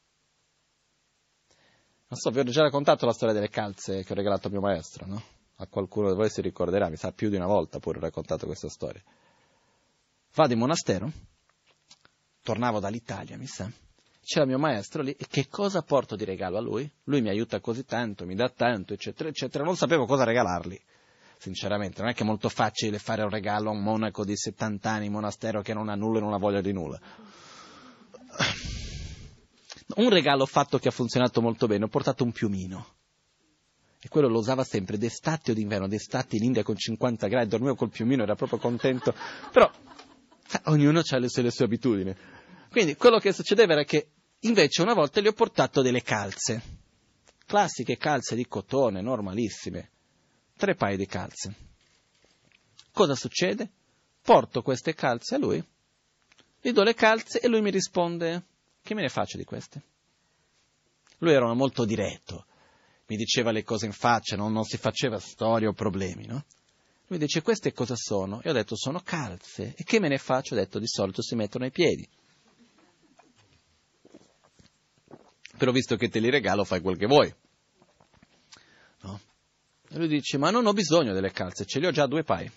Non so, vi ho già raccontato la storia delle calze che ho regalato a mio maestro, no? A qualcuno di voi si ricorderà, mi sa più di una volta pure ho raccontato questa storia. Vado in monastero, tornavo dall'Italia, mi sa, c'era mio maestro lì, e che cosa porto di regalo a lui? Lui mi aiuta così tanto, mi dà tanto, eccetera, eccetera, non sapevo cosa regalargli, sinceramente, non è che è molto facile fare un regalo a un monaco di settanta anni in monastero che non ha nulla e non ha voglia di nulla. Un regalo fatto che ha funzionato molto bene, ho portato un piumino, e quello lo usava sempre d'estate o d'inverno, d'estate in India con cinquanta gradi, dormivo col piumino, era proprio contento, però ognuno ha le sue, le sue abitudini. Quindi quello che succedeva era che invece una volta gli ho portato delle calze, classiche calze di cotone, normalissime, tre paia di calze. Cosa succede? Porto queste calze a lui, gli do le calze e lui mi risponde, che me ne faccio di queste? Lui era molto diretto, mi diceva le cose in faccia, non, non si faceva storie o problemi, no? Lui dice, queste cosa sono? E ho detto, sono calze. E che me ne faccio? Ho detto, di solito si mettono ai piedi. Però visto che te li regalo, fai quel che vuoi. No? E lui dice, ma non ho bisogno delle calze, ce li ho già due paia.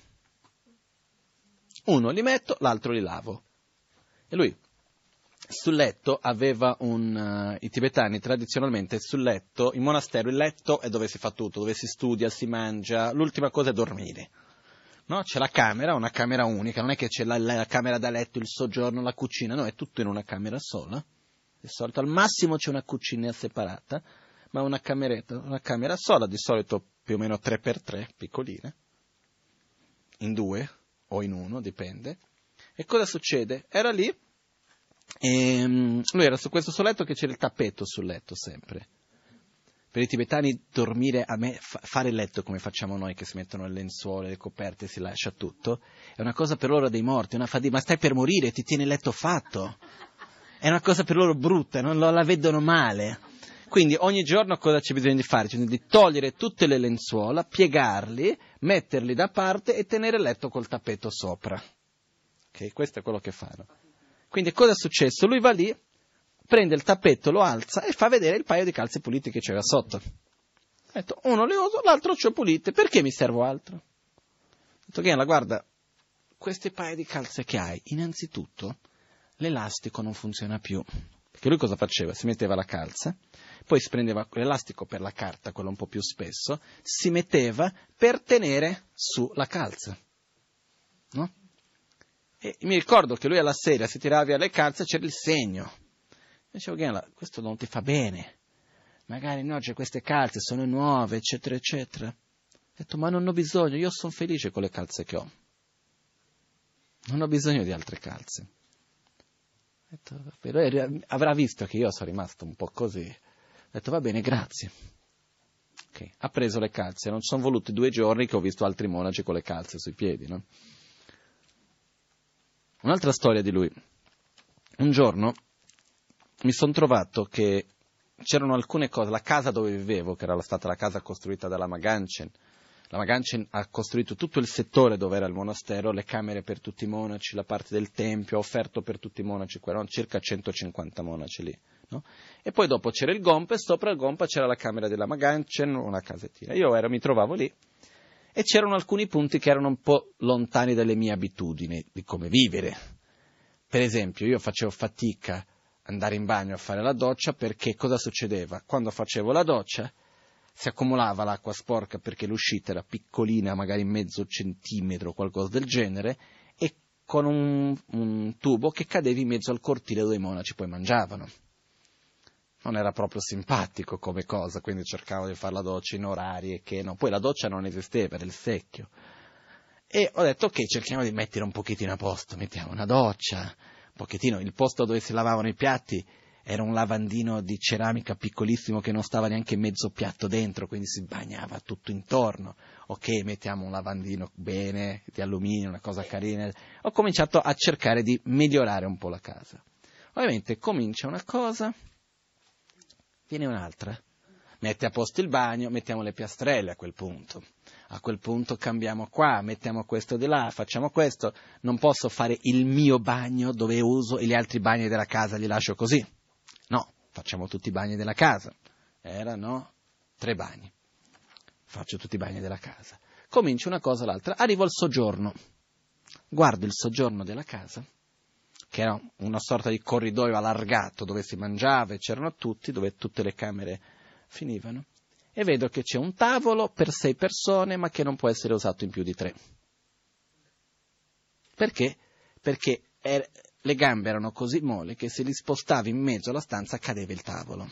Uno li metto, l'altro li lavo. E lui sul letto aveva un... Uh, i tibetani tradizionalmente sul letto, in monastero il letto è dove si fa tutto, dove si studia, si mangia, l'ultima cosa è dormire. No? C'è la camera, una camera unica, non è che c'è la, la camera da letto, il soggiorno, la cucina, no, è tutto in una camera sola. Di solito al massimo c'è una cucina separata, ma una cameretta, una camera sola, di solito più o meno tre per tre, piccoline, in due o in uno, dipende. E cosa succede? Era lì, e lui era su questo suo letto che c'era il tappeto sul letto sempre. Per i tibetani dormire, a me, fa, fare il letto come facciamo noi, che si mettono le lenzuola, le coperte, si lascia tutto, è una cosa per loro dei morti, una fatica, ma stai per morire, ti tieni il letto fatto. È una cosa per loro brutta, non la vedono male. Quindi ogni giorno cosa c'è bisogno di fare? C'è bisogno di togliere tutte le lenzuola, piegarli, metterli da parte e tenere il letto col tappeto sopra. Ok, questo è quello che fanno. Quindi cosa è successo? Lui va lì, prende il tappetto, lo alza e fa vedere il paio di calze pulite che c'era sotto. Ha detto, uno le uso, l'altro c'ho pulite, perché mi servo altro? Ha detto, Ghenla, guarda, queste paia di calze che hai, innanzitutto, l'elastico non funziona più. Perché lui cosa faceva? Si metteva la calza, poi si prendeva l'elastico per la carta, quello un po' più spesso, si metteva per tenere su la calza. No? E mi ricordo che lui alla sera si tirava via le calze e c'era il segno. Dicevo, Ghenla, questo non ti fa bene. Magari no, c'è queste calze, sono nuove, eccetera, eccetera. Ho detto, ma non ho bisogno, io sono felice con le calze che ho. Non ho bisogno di altre calze. Ho detto, però avrà visto che io sono rimasto un po' così. Ho detto, va bene, grazie. Okay. Ha preso le calze, non sono voluti due giorni che ho visto altri monaci con le calze sui piedi, no? Un'altra storia di lui. Un giorno mi sono trovato che c'erano alcune cose, la casa dove vivevo, che era stata la casa costruita dalla Maganchen, la Maganchen ha costruito tutto il settore dove era il monastero, le camere per tutti i monaci, la parte del tempio, ha offerto per tutti i monaci, erano circa centocinquanta monaci lì. No? E poi dopo c'era il Gompa e sopra il Gompa c'era la camera della Maganchen, una casettina. Io ero, mi trovavo lì e c'erano alcuni punti che erano un po' lontani dalle mie abitudini di come vivere. Per esempio, io facevo fatica andare in bagno a fare la doccia perché cosa succedeva? Quando facevo la doccia si accumulava l'acqua sporca perché l'uscita era piccolina, magari mezzo centimetro o qualcosa del genere, e con un, un tubo che cadeva in mezzo al cortile dove i monaci poi mangiavano. Non era proprio simpatico come cosa, quindi cercavo di fare la doccia in orari e che no. Poi la doccia non esisteva, era il secchio. E ho detto, ok, cerchiamo di mettere un pochettino a posto, mettiamo una doccia, un pochettino, il posto dove si lavavano i piatti era un lavandino di ceramica piccolissimo che non stava neanche mezzo piatto dentro, quindi si bagnava tutto intorno. Ok, mettiamo un lavandino bene, di alluminio, una cosa carina. Ho cominciato a cercare di migliorare un po' la casa. Ovviamente comincia una cosa, viene un'altra. Mette a posto il bagno, mettiamo le piastrelle a quel punto. A quel punto cambiamo qua, mettiamo questo di là, facciamo questo. Non posso fare il mio bagno dove uso e gli altri bagni della casa li lascio così. No, facciamo tutti i bagni della casa. Erano tre bagni. Faccio tutti i bagni della casa. Comincio una cosa o l'altra. Arrivo al soggiorno. Guardo il soggiorno della casa, che era una sorta di corridoio allargato dove si mangiava e c'erano tutti, dove tutte le camere finivano. E vedo che c'è un tavolo per sei persone, ma che non può essere usato in più di tre. Perché? Perché er- le gambe erano così molli che se li spostavi in mezzo alla stanza cadeva il tavolo.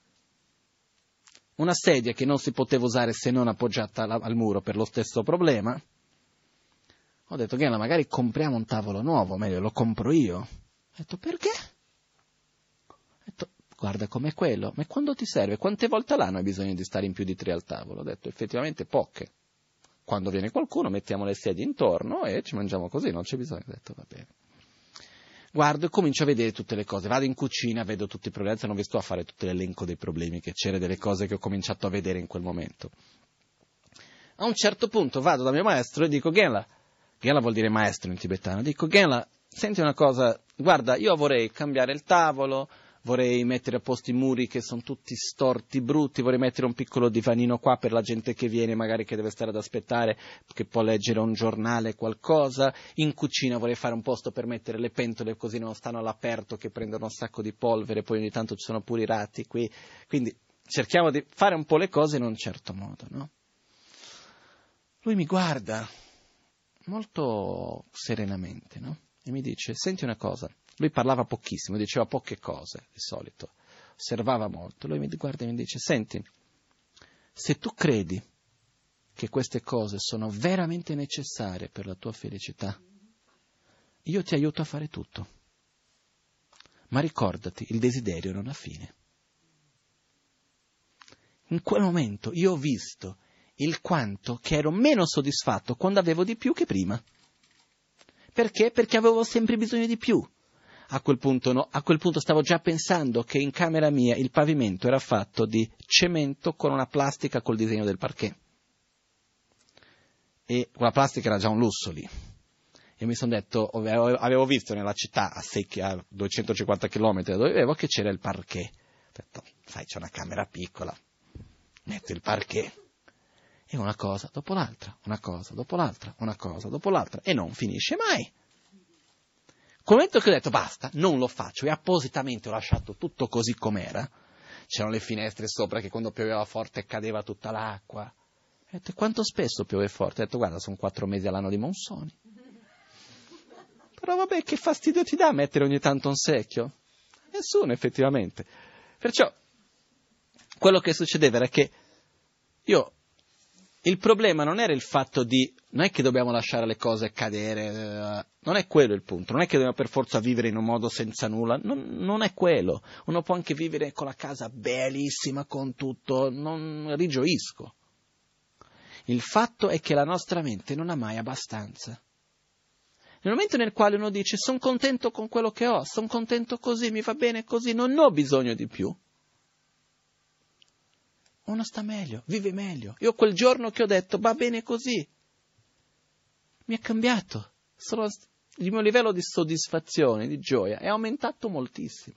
Una sedia che non si poteva usare se non appoggiata al, al muro per lo stesso problema. Ho detto, Gela, magari compriamo un tavolo nuovo, meglio lo compro io. Ho detto, perché? Ho detto, guarda com'è quello, ma quando ti serve? Quante volte all'anno hai bisogno di stare in più di tre al tavolo? Ho detto, effettivamente poche. Quando viene qualcuno mettiamo le sedie intorno e ci mangiamo così, non c'è bisogno. Ho detto, va bene. Guardo e comincio a vedere tutte le cose, vado in cucina, vedo tutti i problemi, non vi sto a fare tutto l'elenco dei problemi che c'era, delle cose che ho cominciato a vedere in quel momento. A un certo punto vado da mio maestro e dico, Gela, Gela vuol dire maestro in tibetano, dico, Gela, senti una cosa, guarda, io vorrei cambiare il tavolo, vorrei mettere a posto i muri che sono tutti storti, brutti, vorrei mettere un piccolo divanino qua per la gente che viene, magari che deve stare ad aspettare, che può leggere un giornale, qualcosa. In cucina vorrei fare un posto per mettere le pentole così non stanno all'aperto, che prendono un sacco di polvere, poi ogni tanto ci sono pure i ratti qui. Quindi cerchiamo di fare un po' le cose in un certo modo, no? Lui mi guarda molto serenamente, no? E mi dice, senti una cosa. Lui parlava pochissimo, diceva poche cose, di solito, osservava molto. Lui mi guarda e mi dice, senti, se tu credi che queste cose sono veramente necessarie per la tua felicità, io ti aiuto a fare tutto. Ma ricordati, il desiderio non ha fine. In quel momento io ho visto il quanto che ero meno soddisfatto quando avevo di più che prima. Perché? Perché avevo sempre bisogno di più. A quel punto no, a quel punto stavo già pensando che in camera mia il pavimento era fatto di cemento con una plastica col disegno del parquet. E quella plastica era già un lusso lì. E mi sono detto, avevo visto nella città a, sei, a duecentocinquanta chilometri da dove vivevo che c'era il parquet. Ho detto, sai, c'è una camera piccola, metto il parquet. E una cosa dopo l'altra, una cosa dopo l'altra, una cosa dopo l'altra. E non finisce mai. Col momento che ho detto basta, non lo faccio, e appositamente ho lasciato tutto così com'era, c'erano le finestre sopra che quando pioveva forte cadeva tutta l'acqua. Ho detto, quanto spesso piove forte? Ho detto, guarda, sono quattro mesi all'anno di monsoni. Però vabbè, che fastidio ti dà mettere ogni tanto un secchio? Nessuno, effettivamente. Perciò, quello che succedeva era che io, il problema non era il fatto di, non è che dobbiamo lasciare le cose cadere, Non è quello il punto, non è che dobbiamo per forza vivere in un modo senza nulla, non, non è quello. Uno può anche vivere con la casa bellissima, con tutto, non rigioisco. Il fatto è che la nostra mente non ha mai abbastanza. Nel momento nel quale uno dice sono contento con quello che ho, sono contento così, mi va bene così, non ho bisogno di più, uno sta meglio, vive meglio. Io quel giorno che ho detto va bene così, mi è cambiato, sono, il mio livello di soddisfazione, di gioia è aumentato moltissimo.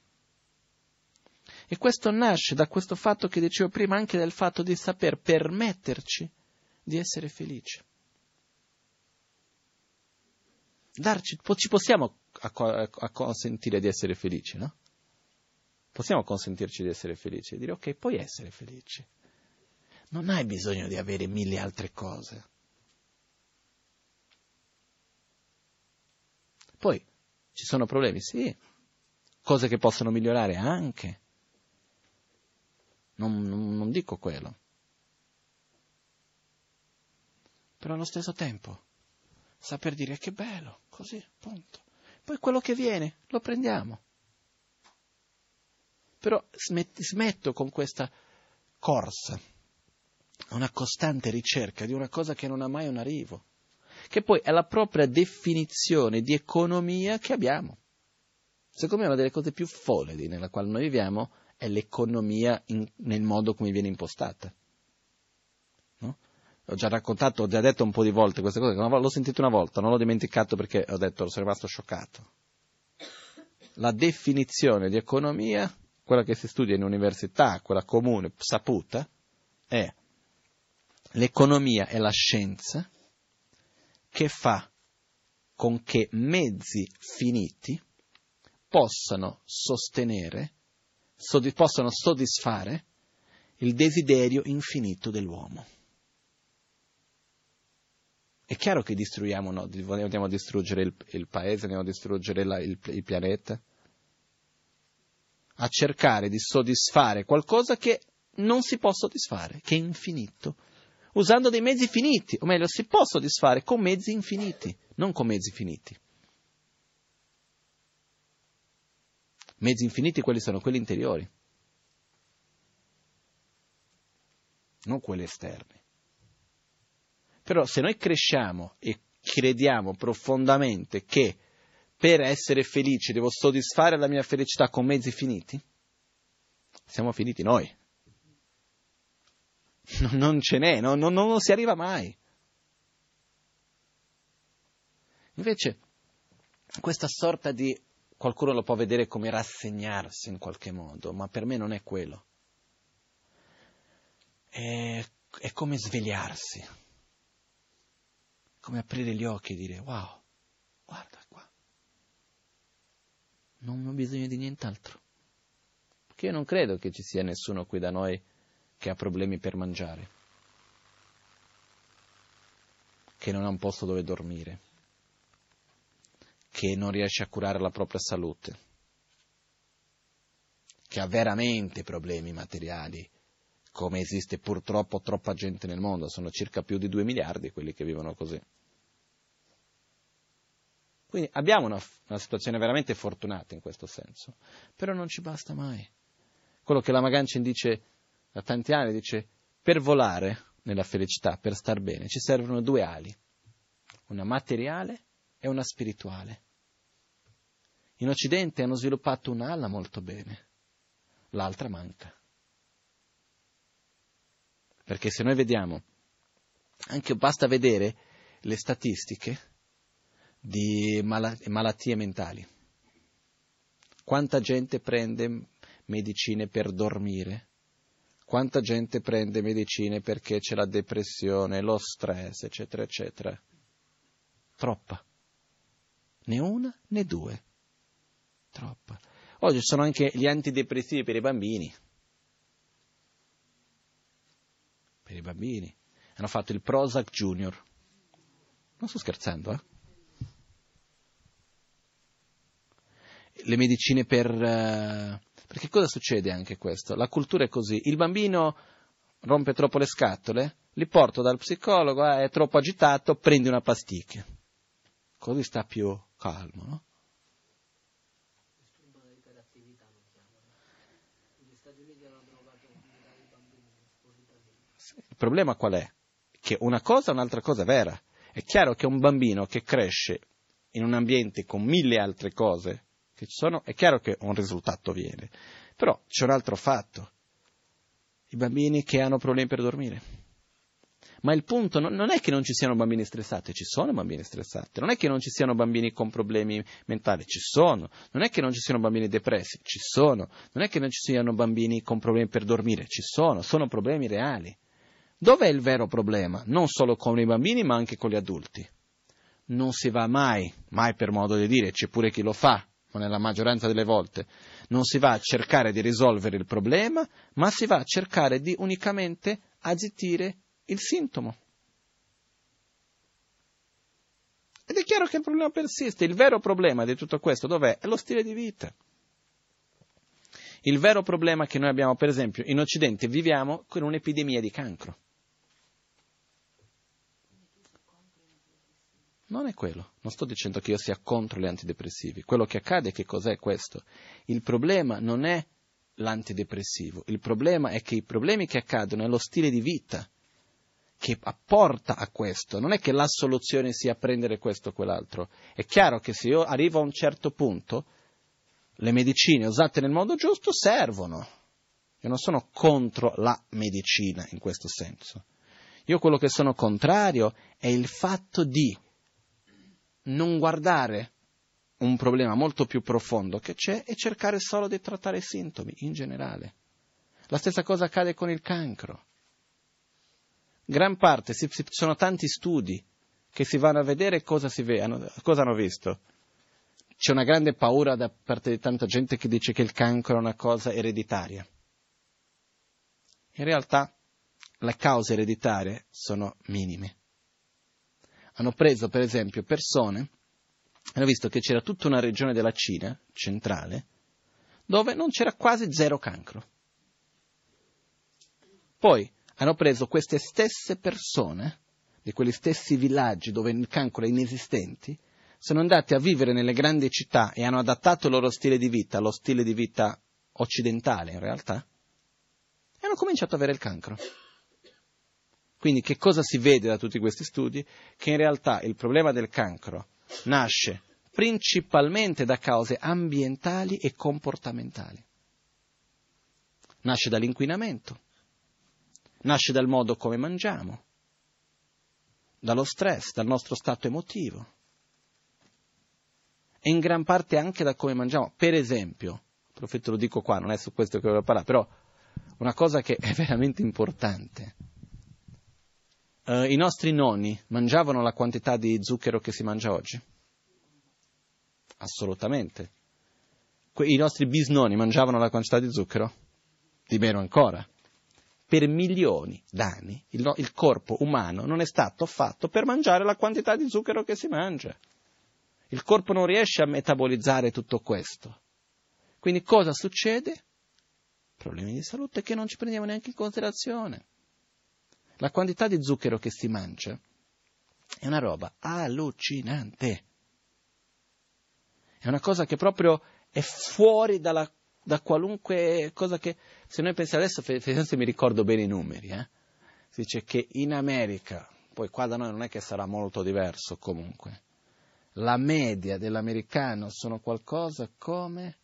E questo nasce da questo fatto che dicevo prima, anche del fatto di saper permetterci di essere felici. Darci, ci possiamo consentire di essere felici, no? Possiamo consentirci di essere felici e dire ok, puoi essere felice. Non hai bisogno di avere mille altre cose. Poi ci sono problemi, sì, cose che possono migliorare anche. Non, non, non dico quello. Però allo stesso tempo saper dire che bello, così, punto. Poi quello che viene lo prendiamo. Però smet, smetto con questa corsa, una costante ricerca di una cosa che non ha mai un arrivo, che poi è la propria definizione di economia che abbiamo. Secondo me una delle cose più folli nella quale noi viviamo è l'economia in, nel modo come viene impostata. No? Ho già raccontato, ho già detto un po' di volte queste cose, l'ho sentito una volta, non l'ho dimenticato perché ho detto, sono rimasto scioccato. La definizione di economia, quella che si studia in università, quella comune, saputa, è l'economia è la scienza che fa con che mezzi finiti possano sostenere, sodi- possano soddisfare il desiderio infinito dell'uomo. È chiaro che distruggiamo, no? Andiamo a distruggere il, il paese, andiamo a distruggere la, il, il pianeta, a cercare di soddisfare qualcosa che non si può soddisfare, che è infinito, usando dei mezzi finiti, o meglio, si può soddisfare con mezzi infiniti, non con mezzi finiti. Mezzi infiniti, quelli sono quelli interiori, non quelli esterni. Però se noi cresciamo e crediamo profondamente che per essere felice devo soddisfare la mia felicità con mezzi finiti, siamo finiti noi. Non ce n'è, non, non, non si arriva mai. Invece, questa sorta di, qualcuno lo può vedere come rassegnarsi in qualche modo, ma per me non è quello. È, è come svegliarsi, come aprire gli occhi e dire, wow, guarda qua, non ho bisogno di nient'altro. Perché io non credo che ci sia nessuno qui da noi che ha problemi per mangiare, che non ha un posto dove dormire, che non riesce a curare la propria salute, che ha veramente problemi materiali, come esiste purtroppo troppa gente nel mondo, sono circa più di due miliardi quelli che vivono così. Quindi abbiamo una, una situazione veramente fortunata in questo senso, però non ci basta mai. Quello che la Magancin dice da tanti anni, dice, per volare nella felicità, per star bene, ci servono due ali, una materiale e una spirituale. In Occidente hanno sviluppato un'ala molto bene, l'altra manca. Perché se noi vediamo, anche basta vedere le statistiche di malattie mentali. Quanta gente prende medicine per dormire? Quanta gente prende medicine perché c'è la depressione, lo stress, eccetera, eccetera? Troppa. Né una né due. Troppa. Oggi ci sono anche gli antidepressivi per i bambini. Per i bambini. Hanno fatto il Prozac Junior. Non sto scherzando, eh? Le medicine per... Uh, perché cosa succede anche questo? La cultura è così. Il bambino rompe troppo le scatole, li porto dal psicologo, eh, è troppo agitato, prendi una pasticca. così sta più calmo, no? Il problema qual è? Che una cosa è un'altra cosa vera. È chiaro che un bambino che cresce in un ambiente con mille altre cose che ci sono, è chiaro che un risultato viene. Però c'è un altro fatto. I bambini che hanno problemi per dormire. Ma il punto non è che non ci siano bambini stressati, ci sono bambini stressati. Non è che non ci siano bambini con problemi mentali, ci sono. Non è che non ci siano bambini depressi, ci sono. Non è che non ci siano bambini con problemi per dormire, ci sono. Sono problemi reali. Dov'è il vero problema? Non solo con i bambini, ma anche con gli adulti. Non si va mai, mai per modo di dire, c'è pure chi lo fa, ma nella maggioranza delle volte, non si va a cercare di risolvere il problema, ma si va a cercare di unicamente azzittire il sintomo. Ed è chiaro che il problema persiste. Il vero problema di tutto questo dov'è? È lo stile di vita. Il vero problema che noi abbiamo, per esempio, in Occidente viviamo con un'epidemia di cancro. Non è quello, non sto dicendo che io sia contro gli antidepressivi. Quello che accade è che cos'è questo? Il problema non è l'antidepressivo, il problema è che i problemi che accadono è lo stile di vita che apporta a questo. Non è che la soluzione sia prendere questo o quell'altro. È chiaro che se io arrivo a un certo punto, le medicine usate nel modo giusto servono. Io non sono contro la medicina in questo senso. Io quello che sono contrario è il fatto di non guardare un problema molto più profondo che c'è e cercare solo di trattare i sintomi in generale. La stessa cosa accade con il cancro. Gran parte, ci sono tanti studi che si vanno a vedere cosa si vedono, cosa hanno visto. C'è una grande paura da parte di tanta gente che dice che il cancro è una cosa ereditaria. In realtà le cause ereditarie sono minime. Hanno preso, per esempio, persone, hanno visto che c'era tutta una regione della Cina centrale dove non c'era quasi zero cancro. Poi hanno preso queste stesse persone, di quegli stessi villaggi dove il cancro è inesistente, sono andati a vivere nelle grandi città e hanno adattato il loro stile di vita allo stile di vita occidentale in realtà, e hanno cominciato ad avere il cancro. Quindi che cosa si vede da tutti questi studi? Che in realtà il problema del cancro nasce principalmente da cause ambientali e comportamentali. Nasce dall'inquinamento, nasce dal modo come mangiamo, dallo stress, dal nostro stato emotivo e in gran parte anche da come mangiamo. Per esempio, profetto lo dico qua, non è su questo che voglio parlare, però una cosa che è veramente importante. Uh, I nostri nonni mangiavano la quantità di zucchero che si mangia oggi? Assolutamente. Que- I nostri bisnonni mangiavano la quantità di zucchero? Di meno ancora. Per milioni d'anni il, no- il corpo umano non è stato fatto per mangiare la quantità di zucchero che si mangia. Il corpo non riesce a metabolizzare tutto questo. Quindi cosa succede? Problemi di salute che non ci prendiamo neanche in considerazione. La quantità di zucchero che si mangia è una roba allucinante. È una cosa che proprio è fuori dalla, da qualunque cosa che... Se noi pensiamo adesso, se mi ricordo bene i numeri, eh? Si dice che in America, poi qua da noi non è che sarà molto diverso comunque, la media dell'americano sono qualcosa come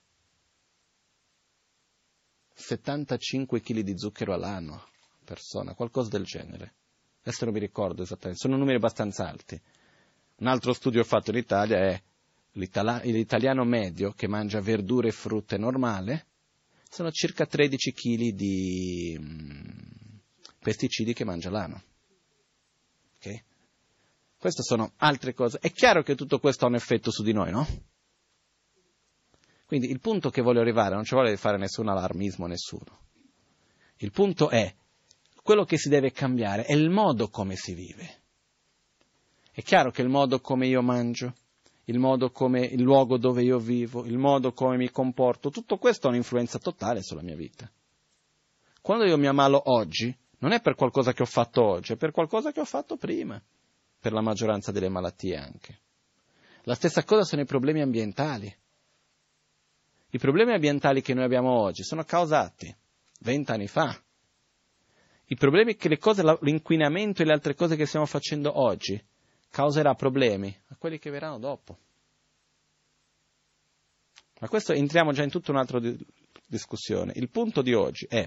settantacinque chili di zucchero all'anno. Persona, qualcosa del genere. Adesso non mi ricordo esattamente, sono numeri abbastanza alti. Un altro studio fatto in Italia è l'italiano medio che mangia verdure e frutte normale, sono circa tredici chili di mh, pesticidi che mangia l'anno. Ok? Queste sono altre cose. È chiaro che tutto questo ha un effetto su di noi, no? Quindi il punto che voglio arrivare, non ci vuole fare nessun allarmismo a nessuno. Il punto è quello che si deve cambiare è il modo come si vive. È chiaro che il modo come io mangio, il modo come, il luogo dove io vivo, il modo come mi comporto, tutto questo ha un'influenza totale sulla mia vita. Quando io mi ammalo oggi, non è per qualcosa che ho fatto oggi, è per qualcosa che ho fatto prima, per la maggioranza delle malattie anche. La stessa cosa sono i problemi ambientali. I problemi ambientali che noi abbiamo oggi sono causati vent'anni fa. I problemi che le cose, l'inquinamento e le altre cose che stiamo facendo oggi causerà problemi a quelli che verranno dopo. Ma questo entriamo già in tutta un'altra di- discussione. Il punto di oggi è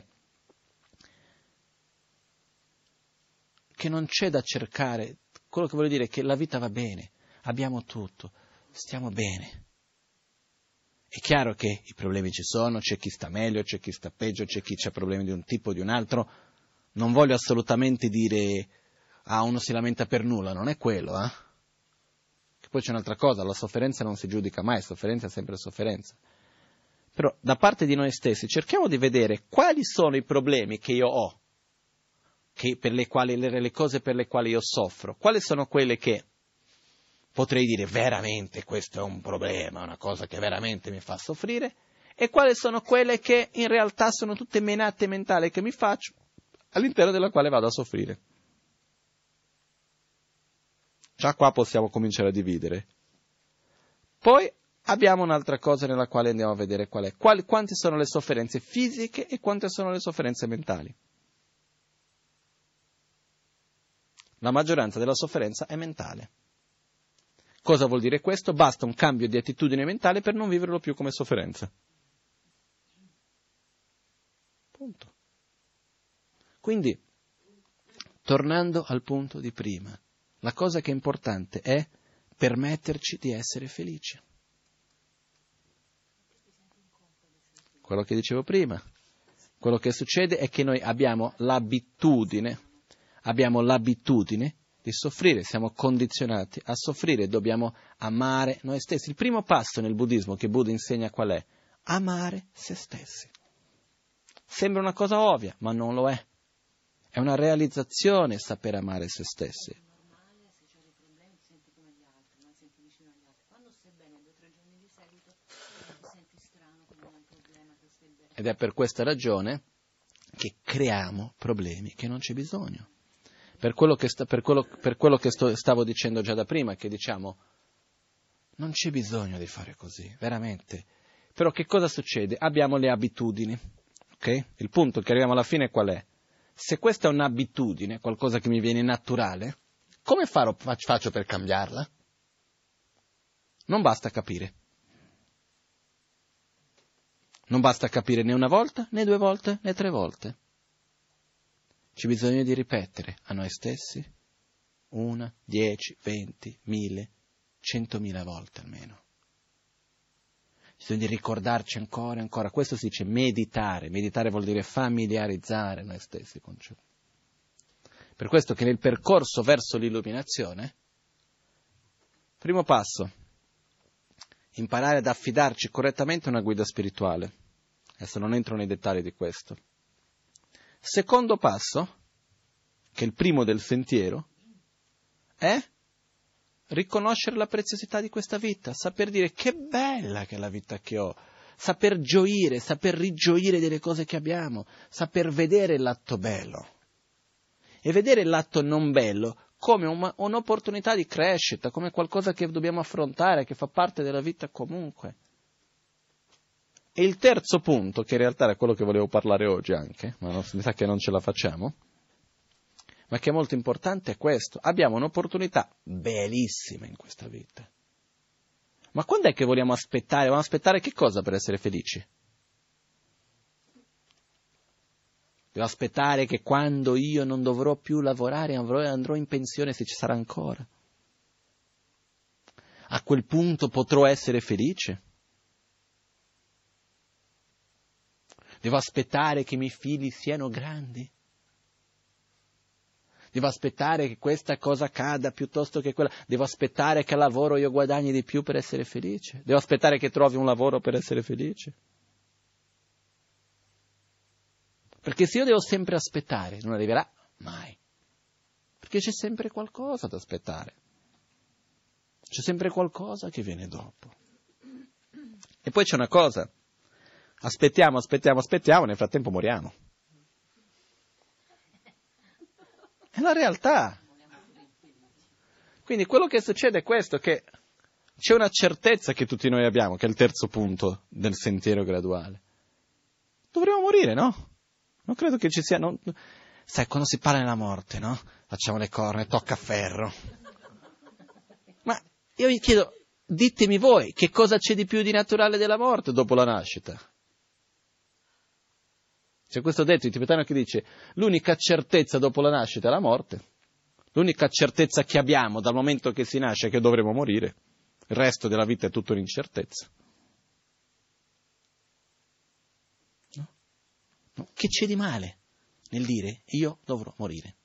che non c'è da cercare, quello che voglio dire è che la vita va bene, abbiamo tutto, stiamo bene. È chiaro che i problemi ci sono, c'è chi sta meglio, c'è chi sta peggio, c'è chi ha problemi di un tipo o di un altro. Non voglio assolutamente dire, ah, uno si lamenta per nulla, non è quello, eh? Che poi c'è un'altra cosa, la sofferenza non si giudica mai, sofferenza è sempre sofferenza. Però da parte di noi stessi cerchiamo di vedere quali sono i problemi che io ho, che per le quali, le, le cose per le quali io soffro, quali sono quelle che potrei dire veramente questo è un problema, una cosa che veramente mi fa soffrire, e quali sono quelle che in realtà sono tutte menate mentali che mi faccio, all'interno della quale vado a soffrire. Già qua possiamo cominciare a dividere. Poi abbiamo un'altra cosa nella quale andiamo a vedere qual è, quali, quante sono le sofferenze fisiche e quante sono le sofferenze mentali. La maggioranza della sofferenza è mentale. Cosa vuol dire questo? Basta un cambio di attitudine mentale per non viverlo più come sofferenza. Punto. Quindi, tornando al punto di prima, la cosa che è importante è permetterci di essere felici. Quello che dicevo prima. Quello che succede è che noi abbiamo l'abitudine, abbiamo l'abitudine di soffrire, siamo condizionati a soffrire, dobbiamo amare noi stessi. Il primo passo nel buddismo che Buddha insegna qual è? Amare se stessi. Sembra una cosa ovvia, ma non lo è. È una realizzazione saper amare se stessi. È normale, se c'è dei problemi ti senti come gli altri, non senti vicino agli altri. Quando stai bene due o tre giorni di seguito ti senti strano, che non hai un problema, che stai bene. Ed è per questa ragione che creiamo problemi che non c'è bisogno. Per quello che, sta, per quello, per quello che sto, stavo dicendo già da prima, che diciamo, non c'è bisogno di fare così, veramente. Però che cosa succede? Abbiamo le abitudini, ok? Il punto che arriviamo alla fine qual è? Se questa è un'abitudine, qualcosa che mi viene naturale, come farò, faccio per cambiarla? Non basta capire. Non basta capire né una volta, né due volte, né tre volte. C'è bisogno di ripetere a noi stessi una, dieci, venti, mille, centomila volte almeno. C'è bisogno di ricordarci ancora e ancora. Questo si dice meditare. Meditare vuol dire familiarizzare noi stessi con ciò. Per questo che nel percorso verso l'illuminazione, primo passo, imparare ad affidarci correttamente a una guida spirituale. Adesso non entro nei dettagli di questo. Secondo passo, che è il primo del sentiero, è riconoscere la preziosità di questa vita, saper dire che bella che è la vita che ho, saper gioire, saper rigioire delle cose che abbiamo, saper vedere il lato bello e vedere il lato non bello come una, un'opportunità di crescita, come qualcosa che dobbiamo affrontare, che fa parte della vita comunque. E il terzo punto, che in realtà era quello che volevo parlare oggi anche, ma non, mi sa che non ce la facciamo, ma che è molto importante, è questo. Abbiamo un'opportunità bellissima in questa vita. Ma quando è che vogliamo aspettare? Vogliamo aspettare che cosa per essere felici? Devo aspettare che quando io non dovrò più lavorare, andrò in pensione, se ci sarà ancora. A quel punto potrò essere felice? Devo aspettare che i miei figli siano grandi? Devo aspettare che questa cosa accada piuttosto che quella? Devo aspettare che al lavoro io guadagni di più per essere felice? Devo aspettare che trovi un lavoro per essere felice? Perché se io devo sempre aspettare, non arriverà mai. Perché c'è sempre qualcosa da aspettare. C'è sempre qualcosa che viene dopo. E poi c'è una cosa. Aspettiamo, aspettiamo, aspettiamo, nel frattempo moriamo. È la realtà. Quindi quello che succede è questo, che C'è una certezza che tutti noi abbiamo, che è il terzo punto del sentiero graduale. Dovremo morire, no? Non credo che ci sia... Non... Sai, quando si parla della morte, no? Facciamo le corna, tocca ferro. Ma io vi chiedo, ditemi voi, che cosa c'è di più di naturale della morte dopo la nascita? C'è questo detto in tibetano che dice, l'unica certezza dopo la nascita è la morte. L'unica certezza che abbiamo dal momento che si nasce è che dovremo morire. Il resto della vita è tutto un'incertezza. No? No? Che c'è di male nel dire io dovrò morire?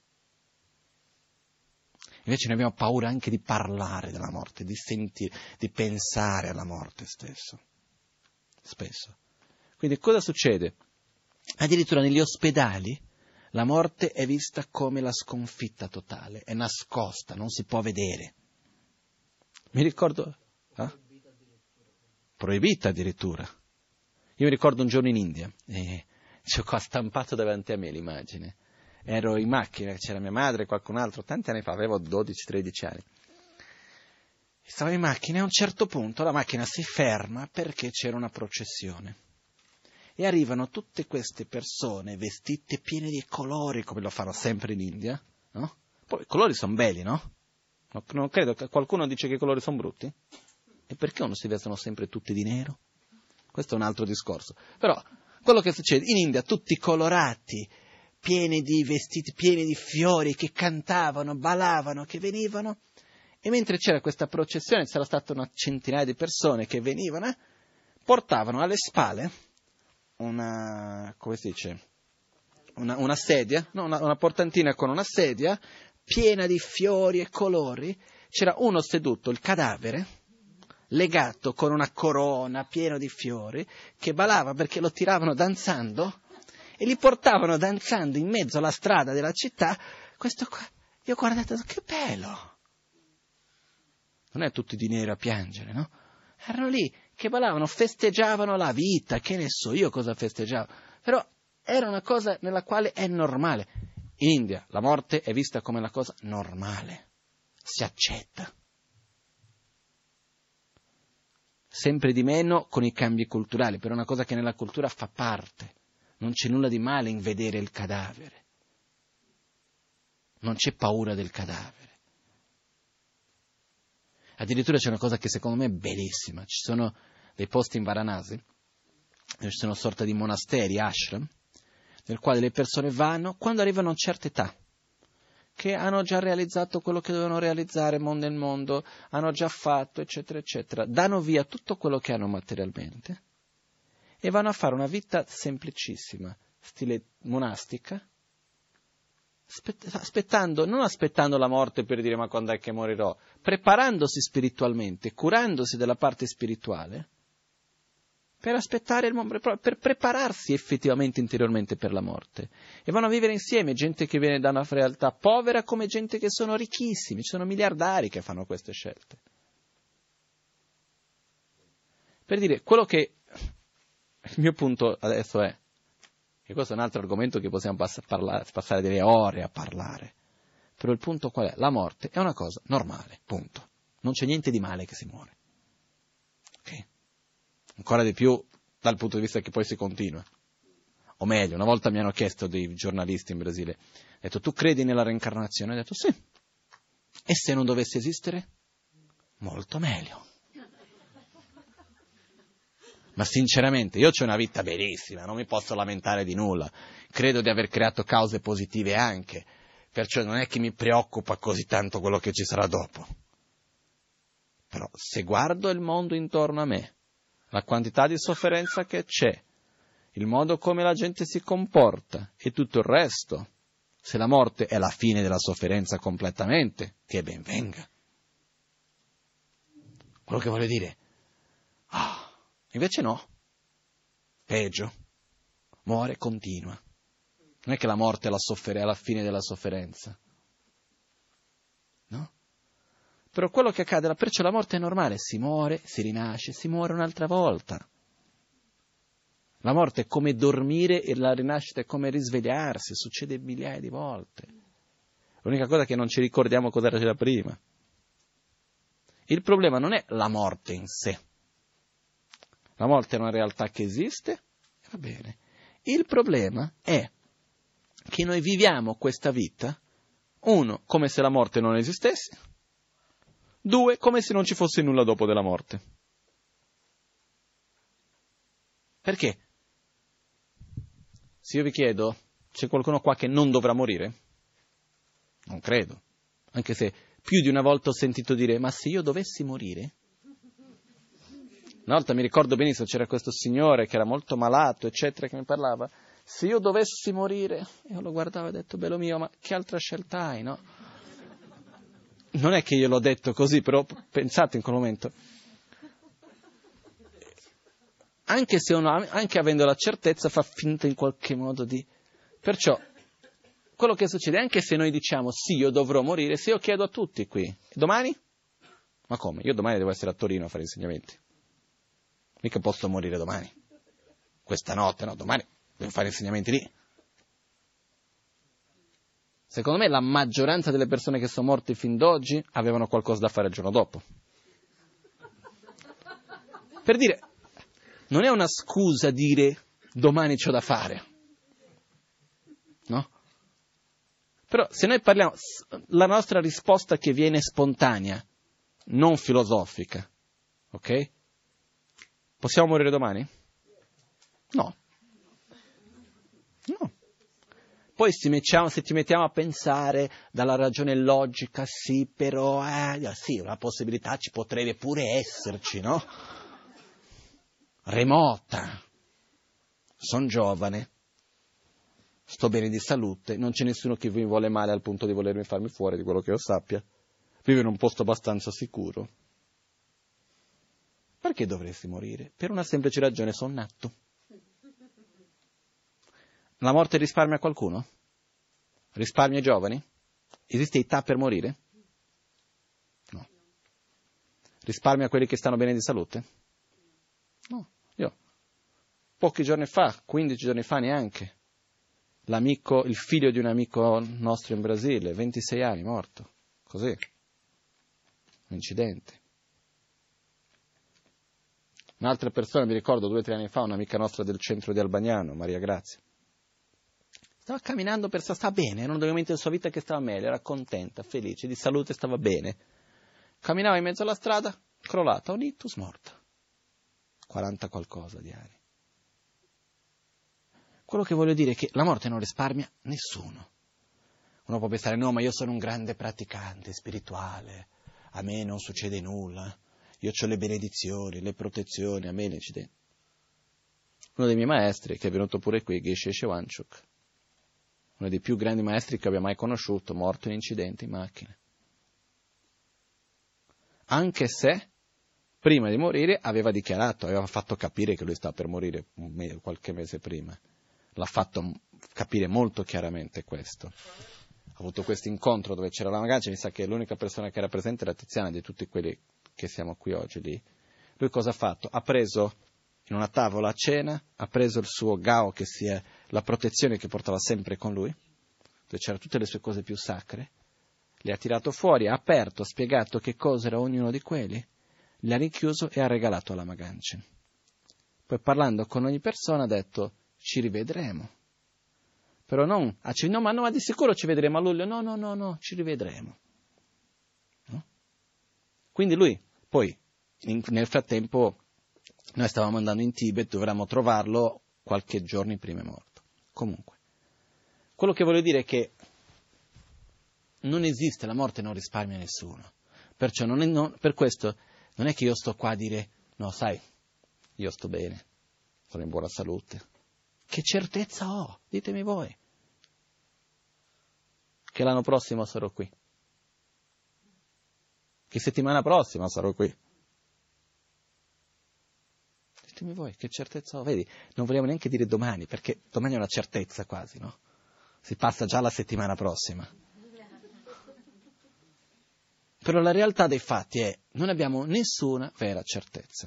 Invece noi abbiamo paura anche di parlare della morte, di sentire, di pensare alla morte stesso. Spesso. Quindi cosa succede? Addirittura negli ospedali la morte è vista come la sconfitta totale, è nascosta, non si può vedere. Mi ricordo... Eh? Proibita addirittura. Io mi ricordo un giorno in India, e c'è qua stampato davanti a me l'immagine. Ero in macchina, c'era mia madre e qualcun altro, tanti anni fa, avevo dodici tredici anni. Stavo in macchina e a un certo punto la macchina si ferma perché c'era una processione. E arrivano tutte queste persone vestite piene di colori, come lo fanno sempre in India, no? Poi i colori sono belli, no? Non credo che qualcuno dice che i colori sono brutti. E perché non si vestono sempre tutti di nero? Questo è un altro discorso. Però quello che succede in India, tutti colorati, pieni di vestiti, pieni di fiori, che cantavano, ballavano, che venivano. E mentre c'era questa processione, c'era stata una centinaia di persone che venivano, eh, portavano alle spalle una, come si dice, una, una sedia, no, una, una portantina con una sedia, piena di fiori e colori, c'era uno seduto, il cadavere, legato con una corona piena di fiori, che ballava perché lo tiravano danzando e li portavano danzando in mezzo alla strada della città. Questo qua, io ho guardato, che bello! Non è tutti di nero a piangere, no? Erano lì che ballavano, festeggiavano la vita, che ne so io cosa festeggiavo, però era una cosa nella quale è normale. In India la morte è vista come una cosa normale, si accetta. Sempre di meno con i cambi culturali, però è una cosa che nella cultura fa parte. Non c'è nulla di male in vedere il cadavere. Non c'è paura del cadavere. Addirittura c'è una cosa che secondo me è bellissima. Ci sono dei posti in Varanasi, ci sono una sorta di monasteri, ashram, nel quale le persone vanno quando arrivano a una certa età, che hanno già realizzato quello che dovevano realizzare nel mondo, hanno già fatto, eccetera, eccetera, danno via tutto quello che hanno materialmente e vanno a fare una vita semplicissima, stile monastica, aspettando, non aspettando la morte per dire ma quando è che morirò, preparandosi spiritualmente, curandosi della parte spirituale, per aspettare il momento, per prepararsi effettivamente interiormente per la morte. E vanno a vivere insieme gente che viene da una realtà povera come gente che sono ricchissimi, ci sono miliardari che fanno queste scelte. Per dire, quello che il mio punto adesso è, e questo è un altro argomento che possiamo pass- parlare, passare delle ore a parlare, però il punto qual è? La morte è una cosa normale, punto. Non c'è niente di male che si muore. Ok? Ancora di più dal punto di vista che poi si continua. O meglio, una volta mi hanno chiesto dei giornalisti in Brasile, ho detto, tu credi nella reincarnazione? Ho detto, sì. E se non dovesse esistere? Molto meglio. Ma sinceramente, io ho una vita bellissima, non mi posso lamentare di nulla. Credo di aver creato cause positive anche, perciò non è che mi preoccupa così tanto quello che ci sarà dopo. Però se guardo il mondo intorno a me, la quantità di sofferenza che c'è, il modo come la gente si comporta e tutto il resto, se la morte è la fine della sofferenza completamente, che ben venga. Quello che voglio dire, ah, invece no, peggio, muore, continua. Non è che la morte è la, soffer- è la fine della sofferenza, no? Però quello che accade, perciò la morte è normale, si muore, si rinasce, si muore un'altra volta. La morte è come dormire e la rinascita è come risvegliarsi, succede migliaia di volte. L'unica cosa è che non ci ricordiamo cosa c'era prima. Il problema non è la morte in sé. La morte è una realtà che esiste, va bene. Il problema è che noi viviamo questa vita, uno, come se la morte non esistesse, due, come se non ci fosse nulla dopo della morte. Perché? Se io vi chiedo, c'è qualcuno qua che non dovrà morire? Non credo. Anche se più di una volta ho sentito dire, ma se io dovessi morire? Una volta mi ricordo benissimo, c'era questo signore che era molto malato, eccetera, che mi parlava. Se io dovessi morire, io lo guardavo e ho detto, bello mio, ma che altra scelta hai, no? Non è che io l'ho detto così, però pensate in quel momento. Anche se uno, anche avendo la certezza, fa finta in qualche modo di... Perciò, quello che succede, anche se noi diciamo, sì, io dovrò morire, se io chiedo a tutti qui, domani? Ma come? Io domani devo essere a Torino a fare insegnamenti. Mica posso morire domani. Questa notte, no, domani devo fare insegnamenti lì. Secondo me la maggioranza delle persone che sono morte fin d'oggi avevano qualcosa da fare il giorno dopo. Per dire, non è una scusa dire domani c'ho da fare. No? Però se noi parliamo, la nostra risposta che viene spontanea, non filosofica, ok? Possiamo morire domani? No. No. Poi se, mettiamo, se ti mettiamo a pensare dalla ragione logica, sì, però, eh, sì, una possibilità ci potrebbe pure esserci, no? Remota. Sono giovane, sto bene di salute, non c'è nessuno che mi vuole male al punto di volermi farmi fuori, di quello che io sappia. Vivo in un posto abbastanza sicuro. Perché dovresti morire? Per una semplice ragione, sono nato. La morte risparmia qualcuno? Risparmia i giovani? Esiste età per morire? No. Risparmia quelli che stanno bene di salute? No. Io, pochi giorni fa, quindici giorni fa neanche, l'amico, il figlio di un amico nostro in Brasile, ventisei anni, morto. Così. Un incidente. Un'altra persona, mi ricordo due o tre anni fa, un'amica nostra del centro di Albagnano, Maria Grazia, stava camminando per strada, stava bene, era un momento della sua vita che stava meglio, era contenta, felice, di salute, stava bene. Camminava in mezzo alla strada, crollata, un ictus, morta. quaranta qualcosa di anni. Quello che voglio dire è che la morte non risparmia nessuno. Uno può pensare, no, ma io sono un grande praticante spirituale, a me non succede nulla. Io ho le benedizioni, le protezioni, a me l'incidente. Uno dei miei maestri, che è venuto pure qui, Geshe Shewanchuk, uno dei più grandi maestri che abbia mai conosciuto, morto in incidente in macchina. Anche se, prima di morire, aveva dichiarato, aveva fatto capire che lui stava per morire un me- qualche mese prima. L'ha fatto capire molto chiaramente questo. Ha avuto questo incontro dove c'era la Magancia, mi sa che l'unica persona che era presente era Tiziana, di tutti quelli che siamo qui oggi lì. Lui cosa ha fatto? Ha preso in una tavola a cena, ha preso il suo gao, che sia la protezione che portava sempre con lui, dove c'erano tutte le sue cose più sacre, li ha tirato fuori, ha aperto, ha spiegato che cosa era ognuno di quelli, li ha richiuso e ha regalato alla Magancia. Poi parlando con ogni persona ha detto, ci rivedremo. Però non, ah, no, ma no, ma di sicuro ci vedremo a luglio, no, no, no, no, ci rivedremo. No? Quindi lui, poi, in, nel frattempo, noi stavamo andando in Tibet, dovremmo trovarlo qualche giorno prima è morto. Comunque, quello che voglio dire è che non esiste, la morte non risparmia nessuno. Perciò, non è, non, per questo, non è che io sto qua a dire, no, sai, io sto bene, sono in buona salute. Che certezza ho? Ditemi voi. Che l'anno prossimo sarò qui. Che settimana prossima sarò qui. Ditemi voi, che certezza ho? Vedi, non vogliamo neanche dire domani, perché domani è una certezza quasi, no? Si passa già la settimana prossima. Però la realtà dei fatti è, non abbiamo nessuna vera certezza.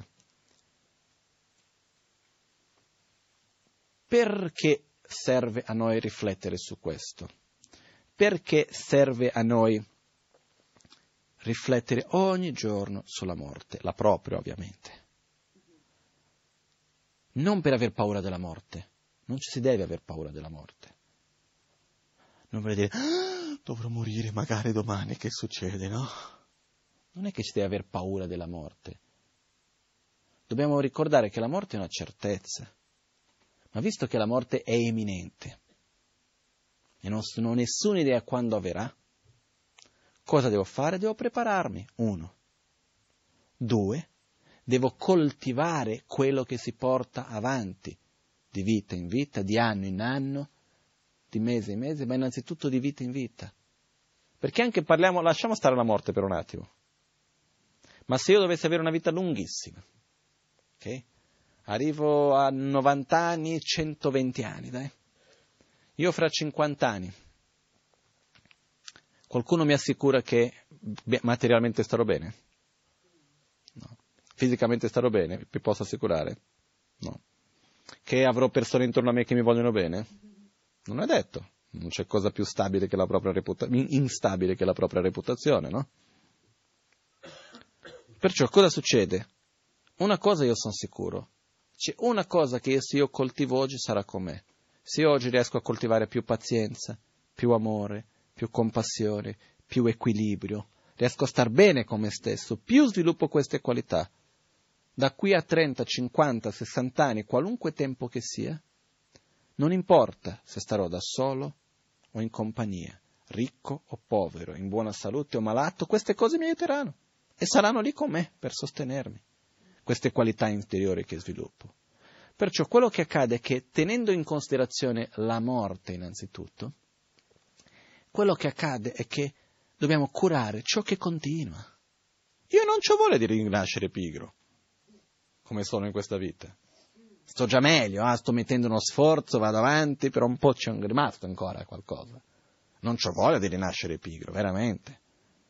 Perché serve a noi riflettere su questo? Perché serve a noi riflettere ogni giorno sulla morte, la propria ovviamente. Non per aver paura della morte, non ci si deve aver paura della morte. Non per dire, ah, dovrò morire magari domani, che succede, no? Non è che ci deve aver paura della morte. Dobbiamo ricordare che la morte è una certezza, ma visto che la morte è imminente e non ho nessuna idea quando avverrà, cosa devo fare? Devo prepararmi, uno. Due, devo coltivare quello che si porta avanti, di vita in vita, di anno in anno, di mese in mese, ma innanzitutto di vita in vita. Perché anche parliamo, lasciamo stare la morte per un attimo, ma se io dovessi avere una vita lunghissima, ok? Arrivo a novanta anni, centoventi anni, dai. Io fra cinquanta anni, qualcuno mi assicura che materialmente starò bene? No. Fisicamente starò bene? Vi posso assicurare? No. Che avrò persone intorno a me che mi vogliono bene? Non è detto. Non c'è cosa più stabile che la propria reputazione, instabile che la propria reputazione, no? Perciò cosa succede? Una cosa io sono sicuro. C'è una cosa che se io coltivo oggi sarà con me. Se io oggi riesco a coltivare più pazienza, più amore, più compassione, più equilibrio, riesco a star bene con me stesso, più sviluppo queste qualità, da qui a trenta, cinquanta, sessanta anni, qualunque tempo che sia, non importa se starò da solo o in compagnia, ricco o povero, in buona salute o malato, queste cose mi aiuteranno e saranno lì con me per sostenermi, queste qualità interiori che sviluppo. Perciò quello che accade è che, tenendo in considerazione la morte innanzitutto, quello che accade è che dobbiamo curare ciò che continua. Io non c'ho voglia di rinascere pigro, come sono in questa vita. Sto già meglio, ah, sto mettendo uno sforzo, vado avanti, però un po' c'è rimasto ancora qualcosa. Non c'ho voglia di rinascere pigro, veramente.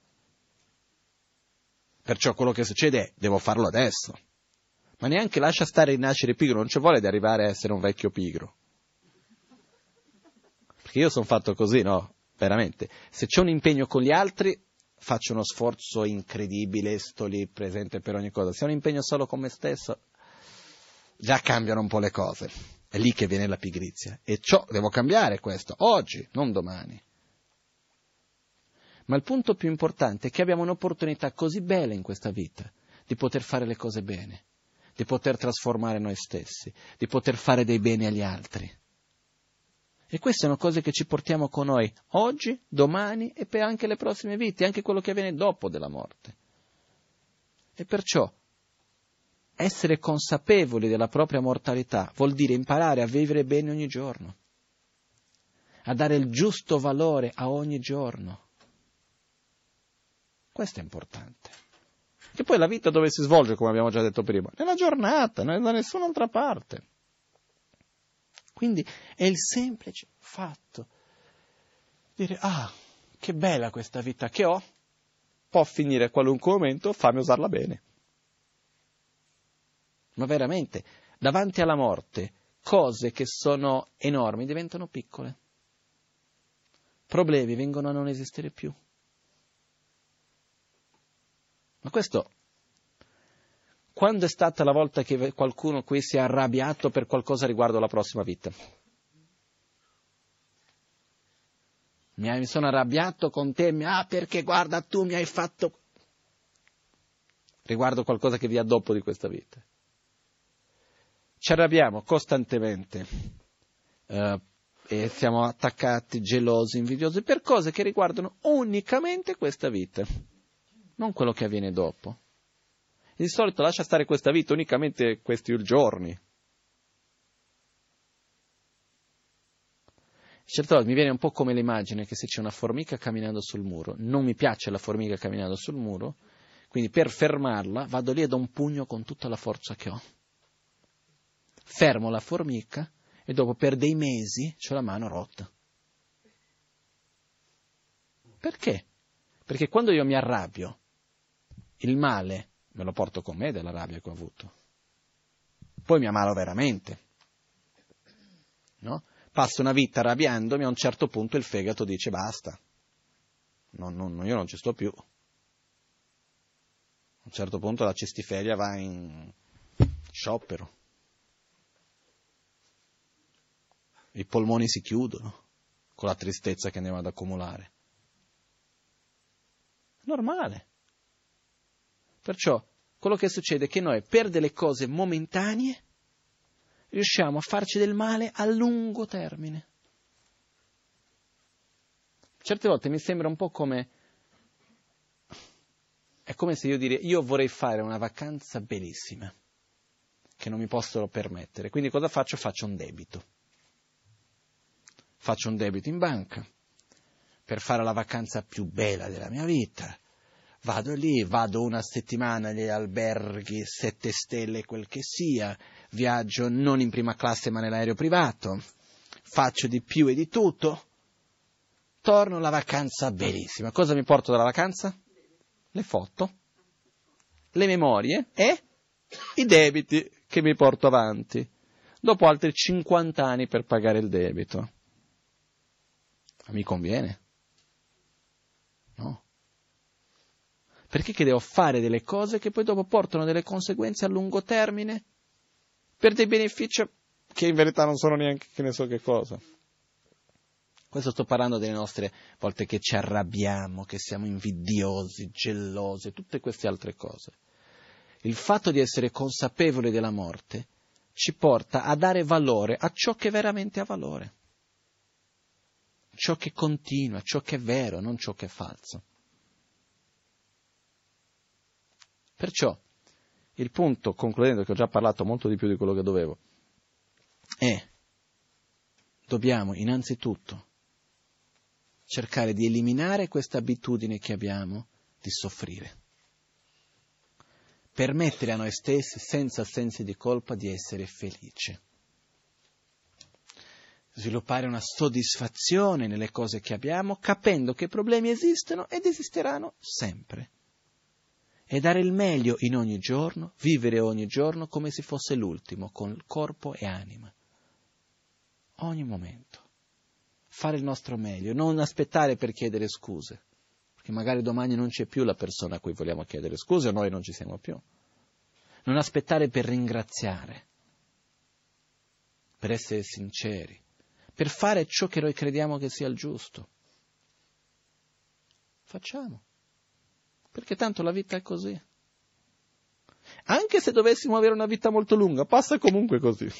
Perciò quello che succede è, devo farlo adesso. Ma neanche lascia stare rinascere pigro, non c'è voglia di arrivare a essere un vecchio pigro. Perché io sono fatto così, no? Veramente. Se c'è un impegno con gli altri, faccio uno sforzo incredibile, sto lì presente per ogni cosa. Se ho un impegno solo con me stesso, già cambiano un po' le cose. È lì che viene la pigrizia. E ciò devo cambiare questo, oggi, non domani. Ma il punto più importante è che abbiamo un'opportunità così bella in questa vita di poter fare le cose bene, di poter trasformare noi stessi, di poter fare dei beni agli altri. E queste sono cose che ci portiamo con noi oggi, domani e per anche le prossime vite, anche quello che avviene dopo della morte. E perciò essere consapevoli della propria mortalità vuol dire imparare a vivere bene ogni giorno, a dare il giusto valore a ogni giorno. Questo è importante. Che poi la vita dove si svolge, come abbiamo già detto prima? Nella giornata, non è da nessun'altra parte. Quindi è il semplice fatto di dire, ah, che bella questa vita che ho, può finire a qualunque momento, fammi usarla bene. Ma veramente, davanti alla morte, cose che sono enormi diventano piccole. Problemi vengono a non esistere più. Ma questo, quando è stata la volta che qualcuno qui si è arrabbiato per qualcosa riguardo la prossima vita? Mi sono arrabbiato con te, ah perché guarda tu mi hai fatto riguardo qualcosa che vi ha dopo di questa vita. Ci arrabbiamo costantemente eh, e siamo attaccati, gelosi, invidiosi per cose che riguardano unicamente questa vita, non quello che avviene dopo. E di solito lascia stare questa vita unicamente questi giorni. Certe volte mi viene un po' come l'immagine che se c'è una formica camminando sul muro, non mi piace la formica camminando sul muro, quindi per fermarla vado lì e do un pugno con tutta la forza che ho. Fermo la formica e dopo per dei mesi c'ho la mano rotta. Perché? Perché quando io mi arrabbio, il male me lo porto con me della rabbia che ho avuto. Poi mi ammalo veramente, no? Passo una vita arrabbiandomi, a un certo punto il fegato dice basta, no, no, io non ci sto più. un certo punto la cestiferia va in sciopero. I polmoni si chiudono con la tristezza che andiamo ad accumulare. Normale. Perciò quello che succede è che noi per delle cose momentanee riusciamo a farci del male a lungo termine. Certe volte mi sembra un po' come, è come se io dire, io vorrei fare una vacanza bellissima, che non mi posso permettere, quindi cosa faccio? Faccio un debito. Faccio un debito in banca per fare la vacanza più bella della mia vita. Vado lì, vado una settimana negli alberghi, sette stelle, quel che sia, viaggio non in prima classe ma nell'aereo privato, faccio di più e di tutto, torno, la vacanza bellissima. Cosa mi porto dalla vacanza? Le foto, le memorie e i debiti che mi porto avanti, dopo altri cinquanta anni per pagare il debito. Mi conviene? No. Perché che devo fare delle cose che poi dopo portano delle conseguenze a lungo termine per dei benefici che in verità non sono neanche che ne so che cosa. Questo sto parlando delle nostre volte che ci arrabbiamo, che siamo invidiosi, gelosi, tutte queste altre cose. Il fatto di essere consapevoli della morte ci porta a dare valore a ciò che veramente ha valore. Ciò che continua, ciò che è vero, non ciò che è falso. Perciò, il punto, concludendo che ho già parlato molto di più di quello che dovevo, è, dobbiamo innanzitutto cercare di eliminare questa abitudine che abbiamo di soffrire. Permettere a noi stessi, senza sensi di colpa, di essere felici. Sviluppare una soddisfazione nelle cose che abbiamo, capendo che i problemi esistono ed esisteranno sempre. E dare il meglio in ogni giorno, vivere ogni giorno come se fosse l'ultimo, con corpo e anima. Ogni momento. Fare il nostro meglio, non aspettare per chiedere scuse, perché magari domani non c'è più la persona a cui vogliamo chiedere scuse o noi non ci siamo più. Non aspettare per ringraziare, per essere sinceri, per fare ciò che noi crediamo che sia il giusto. Facciamo, perché tanto la vita è così. Anche se dovessimo avere una vita molto lunga, passa comunque così.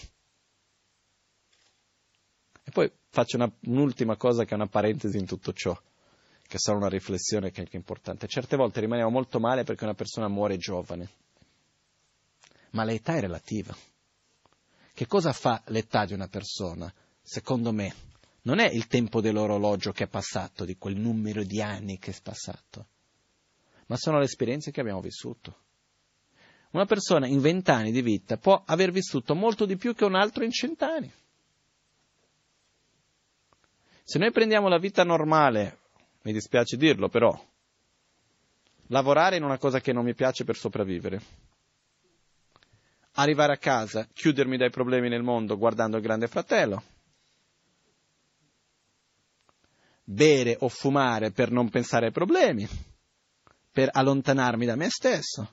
E poi faccio una, un'ultima cosa che è una parentesi in tutto ciò, che è solo una riflessione che è importante. Certe volte rimaniamo molto male perché una persona muore giovane, ma l'età è relativa. Che cosa fa l'età di una persona? Secondo me, non è il tempo dell'orologio che è passato, di quel numero di anni che è passato, ma sono le esperienze che abbiamo vissuto. Una persona in vent'anni di vita può aver vissuto molto di più che un altro in cent'anni. Se noi prendiamo la vita normale, mi dispiace dirlo però, lavorare in una cosa che non mi piace per sopravvivere, arrivare a casa, chiudermi dai problemi nel mondo guardando il Grande Fratello, bere o fumare per non pensare ai problemi, per allontanarmi da me stesso,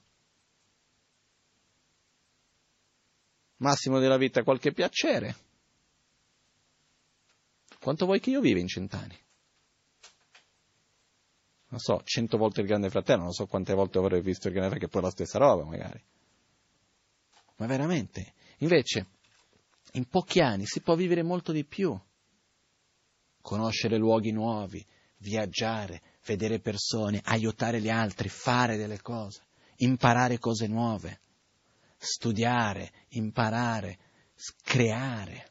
massimo della vita qualche piacere. Quanto vuoi che io viva in cent'anni? Non so, cento volte il Grande Fratello, non so quante volte avrei visto il Grande Fratello, che poi è la stessa roba magari. Ma veramente, invece, in pochi anni si può vivere molto di più. Conoscere luoghi nuovi, viaggiare, vedere persone, aiutare gli altri, fare delle cose, imparare cose nuove, studiare, imparare, creare.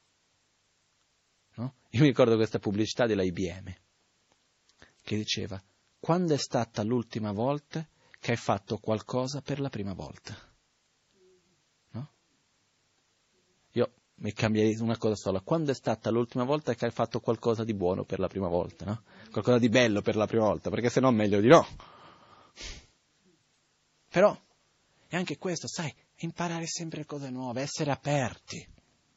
No? Io mi ricordo questa pubblicità della I B M che diceva: quando è stata l'ultima volta che hai fatto qualcosa per la prima volta? No? Io mi cambierei una cosa sola: quando è stata l'ultima volta che hai fatto qualcosa di buono per la prima volta? No? Qualcosa di bello per la prima volta, perché se no meglio di no. Però è anche questo, sai, imparare sempre cose nuove, essere aperti.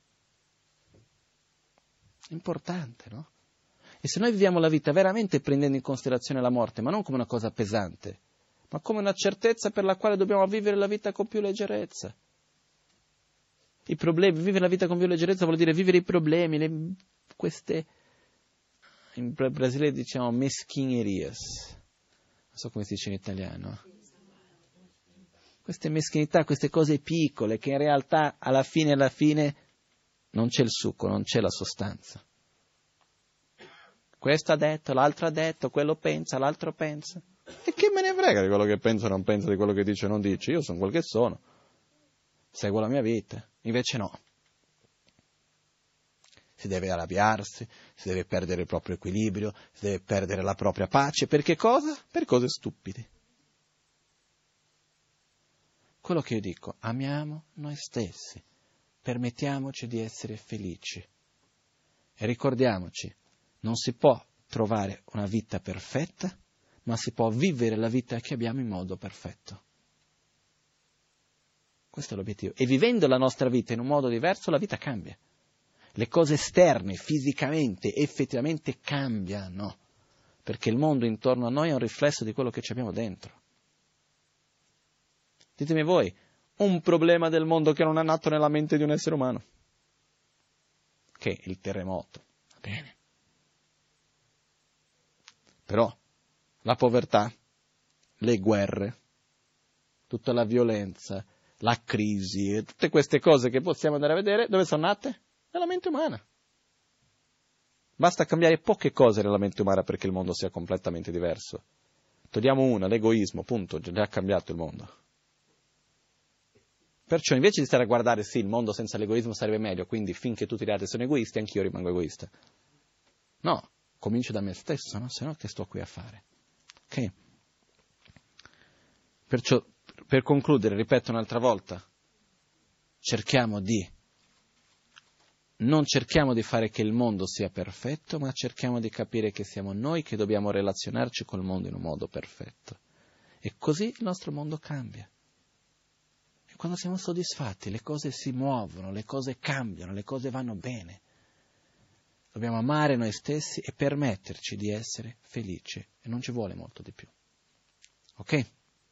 Importante, no? E se noi viviamo la vita veramente prendendo in considerazione la morte, ma non come una cosa pesante, ma come una certezza per la quale dobbiamo vivere la vita con più leggerezza. I problemi, vivere la vita con più leggerezza vuol dire vivere i problemi, le, queste, in Brasile diciamo meschinerias, non so come si dice in italiano, queste meschinità, queste cose piccole che in realtà alla fine, alla fine non c'è il succo, non c'è la sostanza. Questo ha detto, l'altro ha detto, quello pensa, l'altro pensa. E che me ne frega di quello che pensa o non pensa, di quello che dice o non dice? Io sono quel che sono. Seguo la mia vita. Invece no. Si deve arrabbiarsi, si deve perdere il proprio equilibrio, si deve perdere la propria pace. Per che cosa? Per cose stupide. Quello che io dico, amiamo noi stessi, permettiamoci di essere felici. E ricordiamoci, non si può trovare una vita perfetta, ma si può vivere la vita che abbiamo in modo perfetto. Questo è l'obiettivo. E vivendo la nostra vita in un modo diverso, la vita cambia. Le cose esterne, fisicamente, effettivamente cambiano, perché il mondo intorno a noi è un riflesso di quello che ci abbiamo dentro. Ditemi voi, un problema del mondo che non è nato nella mente di un essere umano, che è il terremoto, va bene. Però la povertà, le guerre, tutta la violenza, la crisi e tutte queste cose che possiamo andare a vedere, dove sono nate? Nella mente umana. Basta cambiare poche cose nella mente umana perché il mondo sia completamente diverso. Togliamo una, l'egoismo, punto, già ha cambiato il mondo. Perciò invece di stare a guardare, sì, il mondo senza l'egoismo sarebbe meglio, quindi finché tutti gli altri sono egoisti, anch'io rimango egoista. No, comincio da me stesso, no? Se no che sto qui a fare? Ok? Perciò, per concludere, ripeto un'altra volta, cerchiamo di, non cerchiamo di fare che il mondo sia perfetto, ma cerchiamo di capire che siamo noi che dobbiamo relazionarci col mondo in un modo perfetto. E così il nostro mondo cambia. E quando siamo soddisfatti, le cose si muovono, le cose cambiano, le cose vanno bene. Dobbiamo amare noi stessi e permetterci di essere felici. E non ci vuole molto di più. Ok?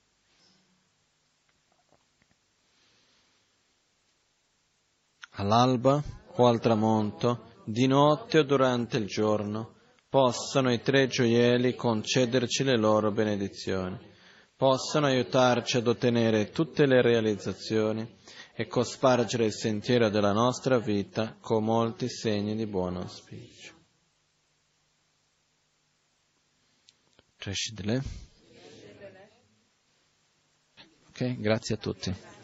All'alba o al tramonto, di notte o durante il giorno, possano i tre gioielli concederci le loro benedizioni, possano aiutarci ad ottenere tutte le realizzazioni e cospargere il sentiero della nostra vita con molti segni di buon auspicio. Ok, grazie a tutti.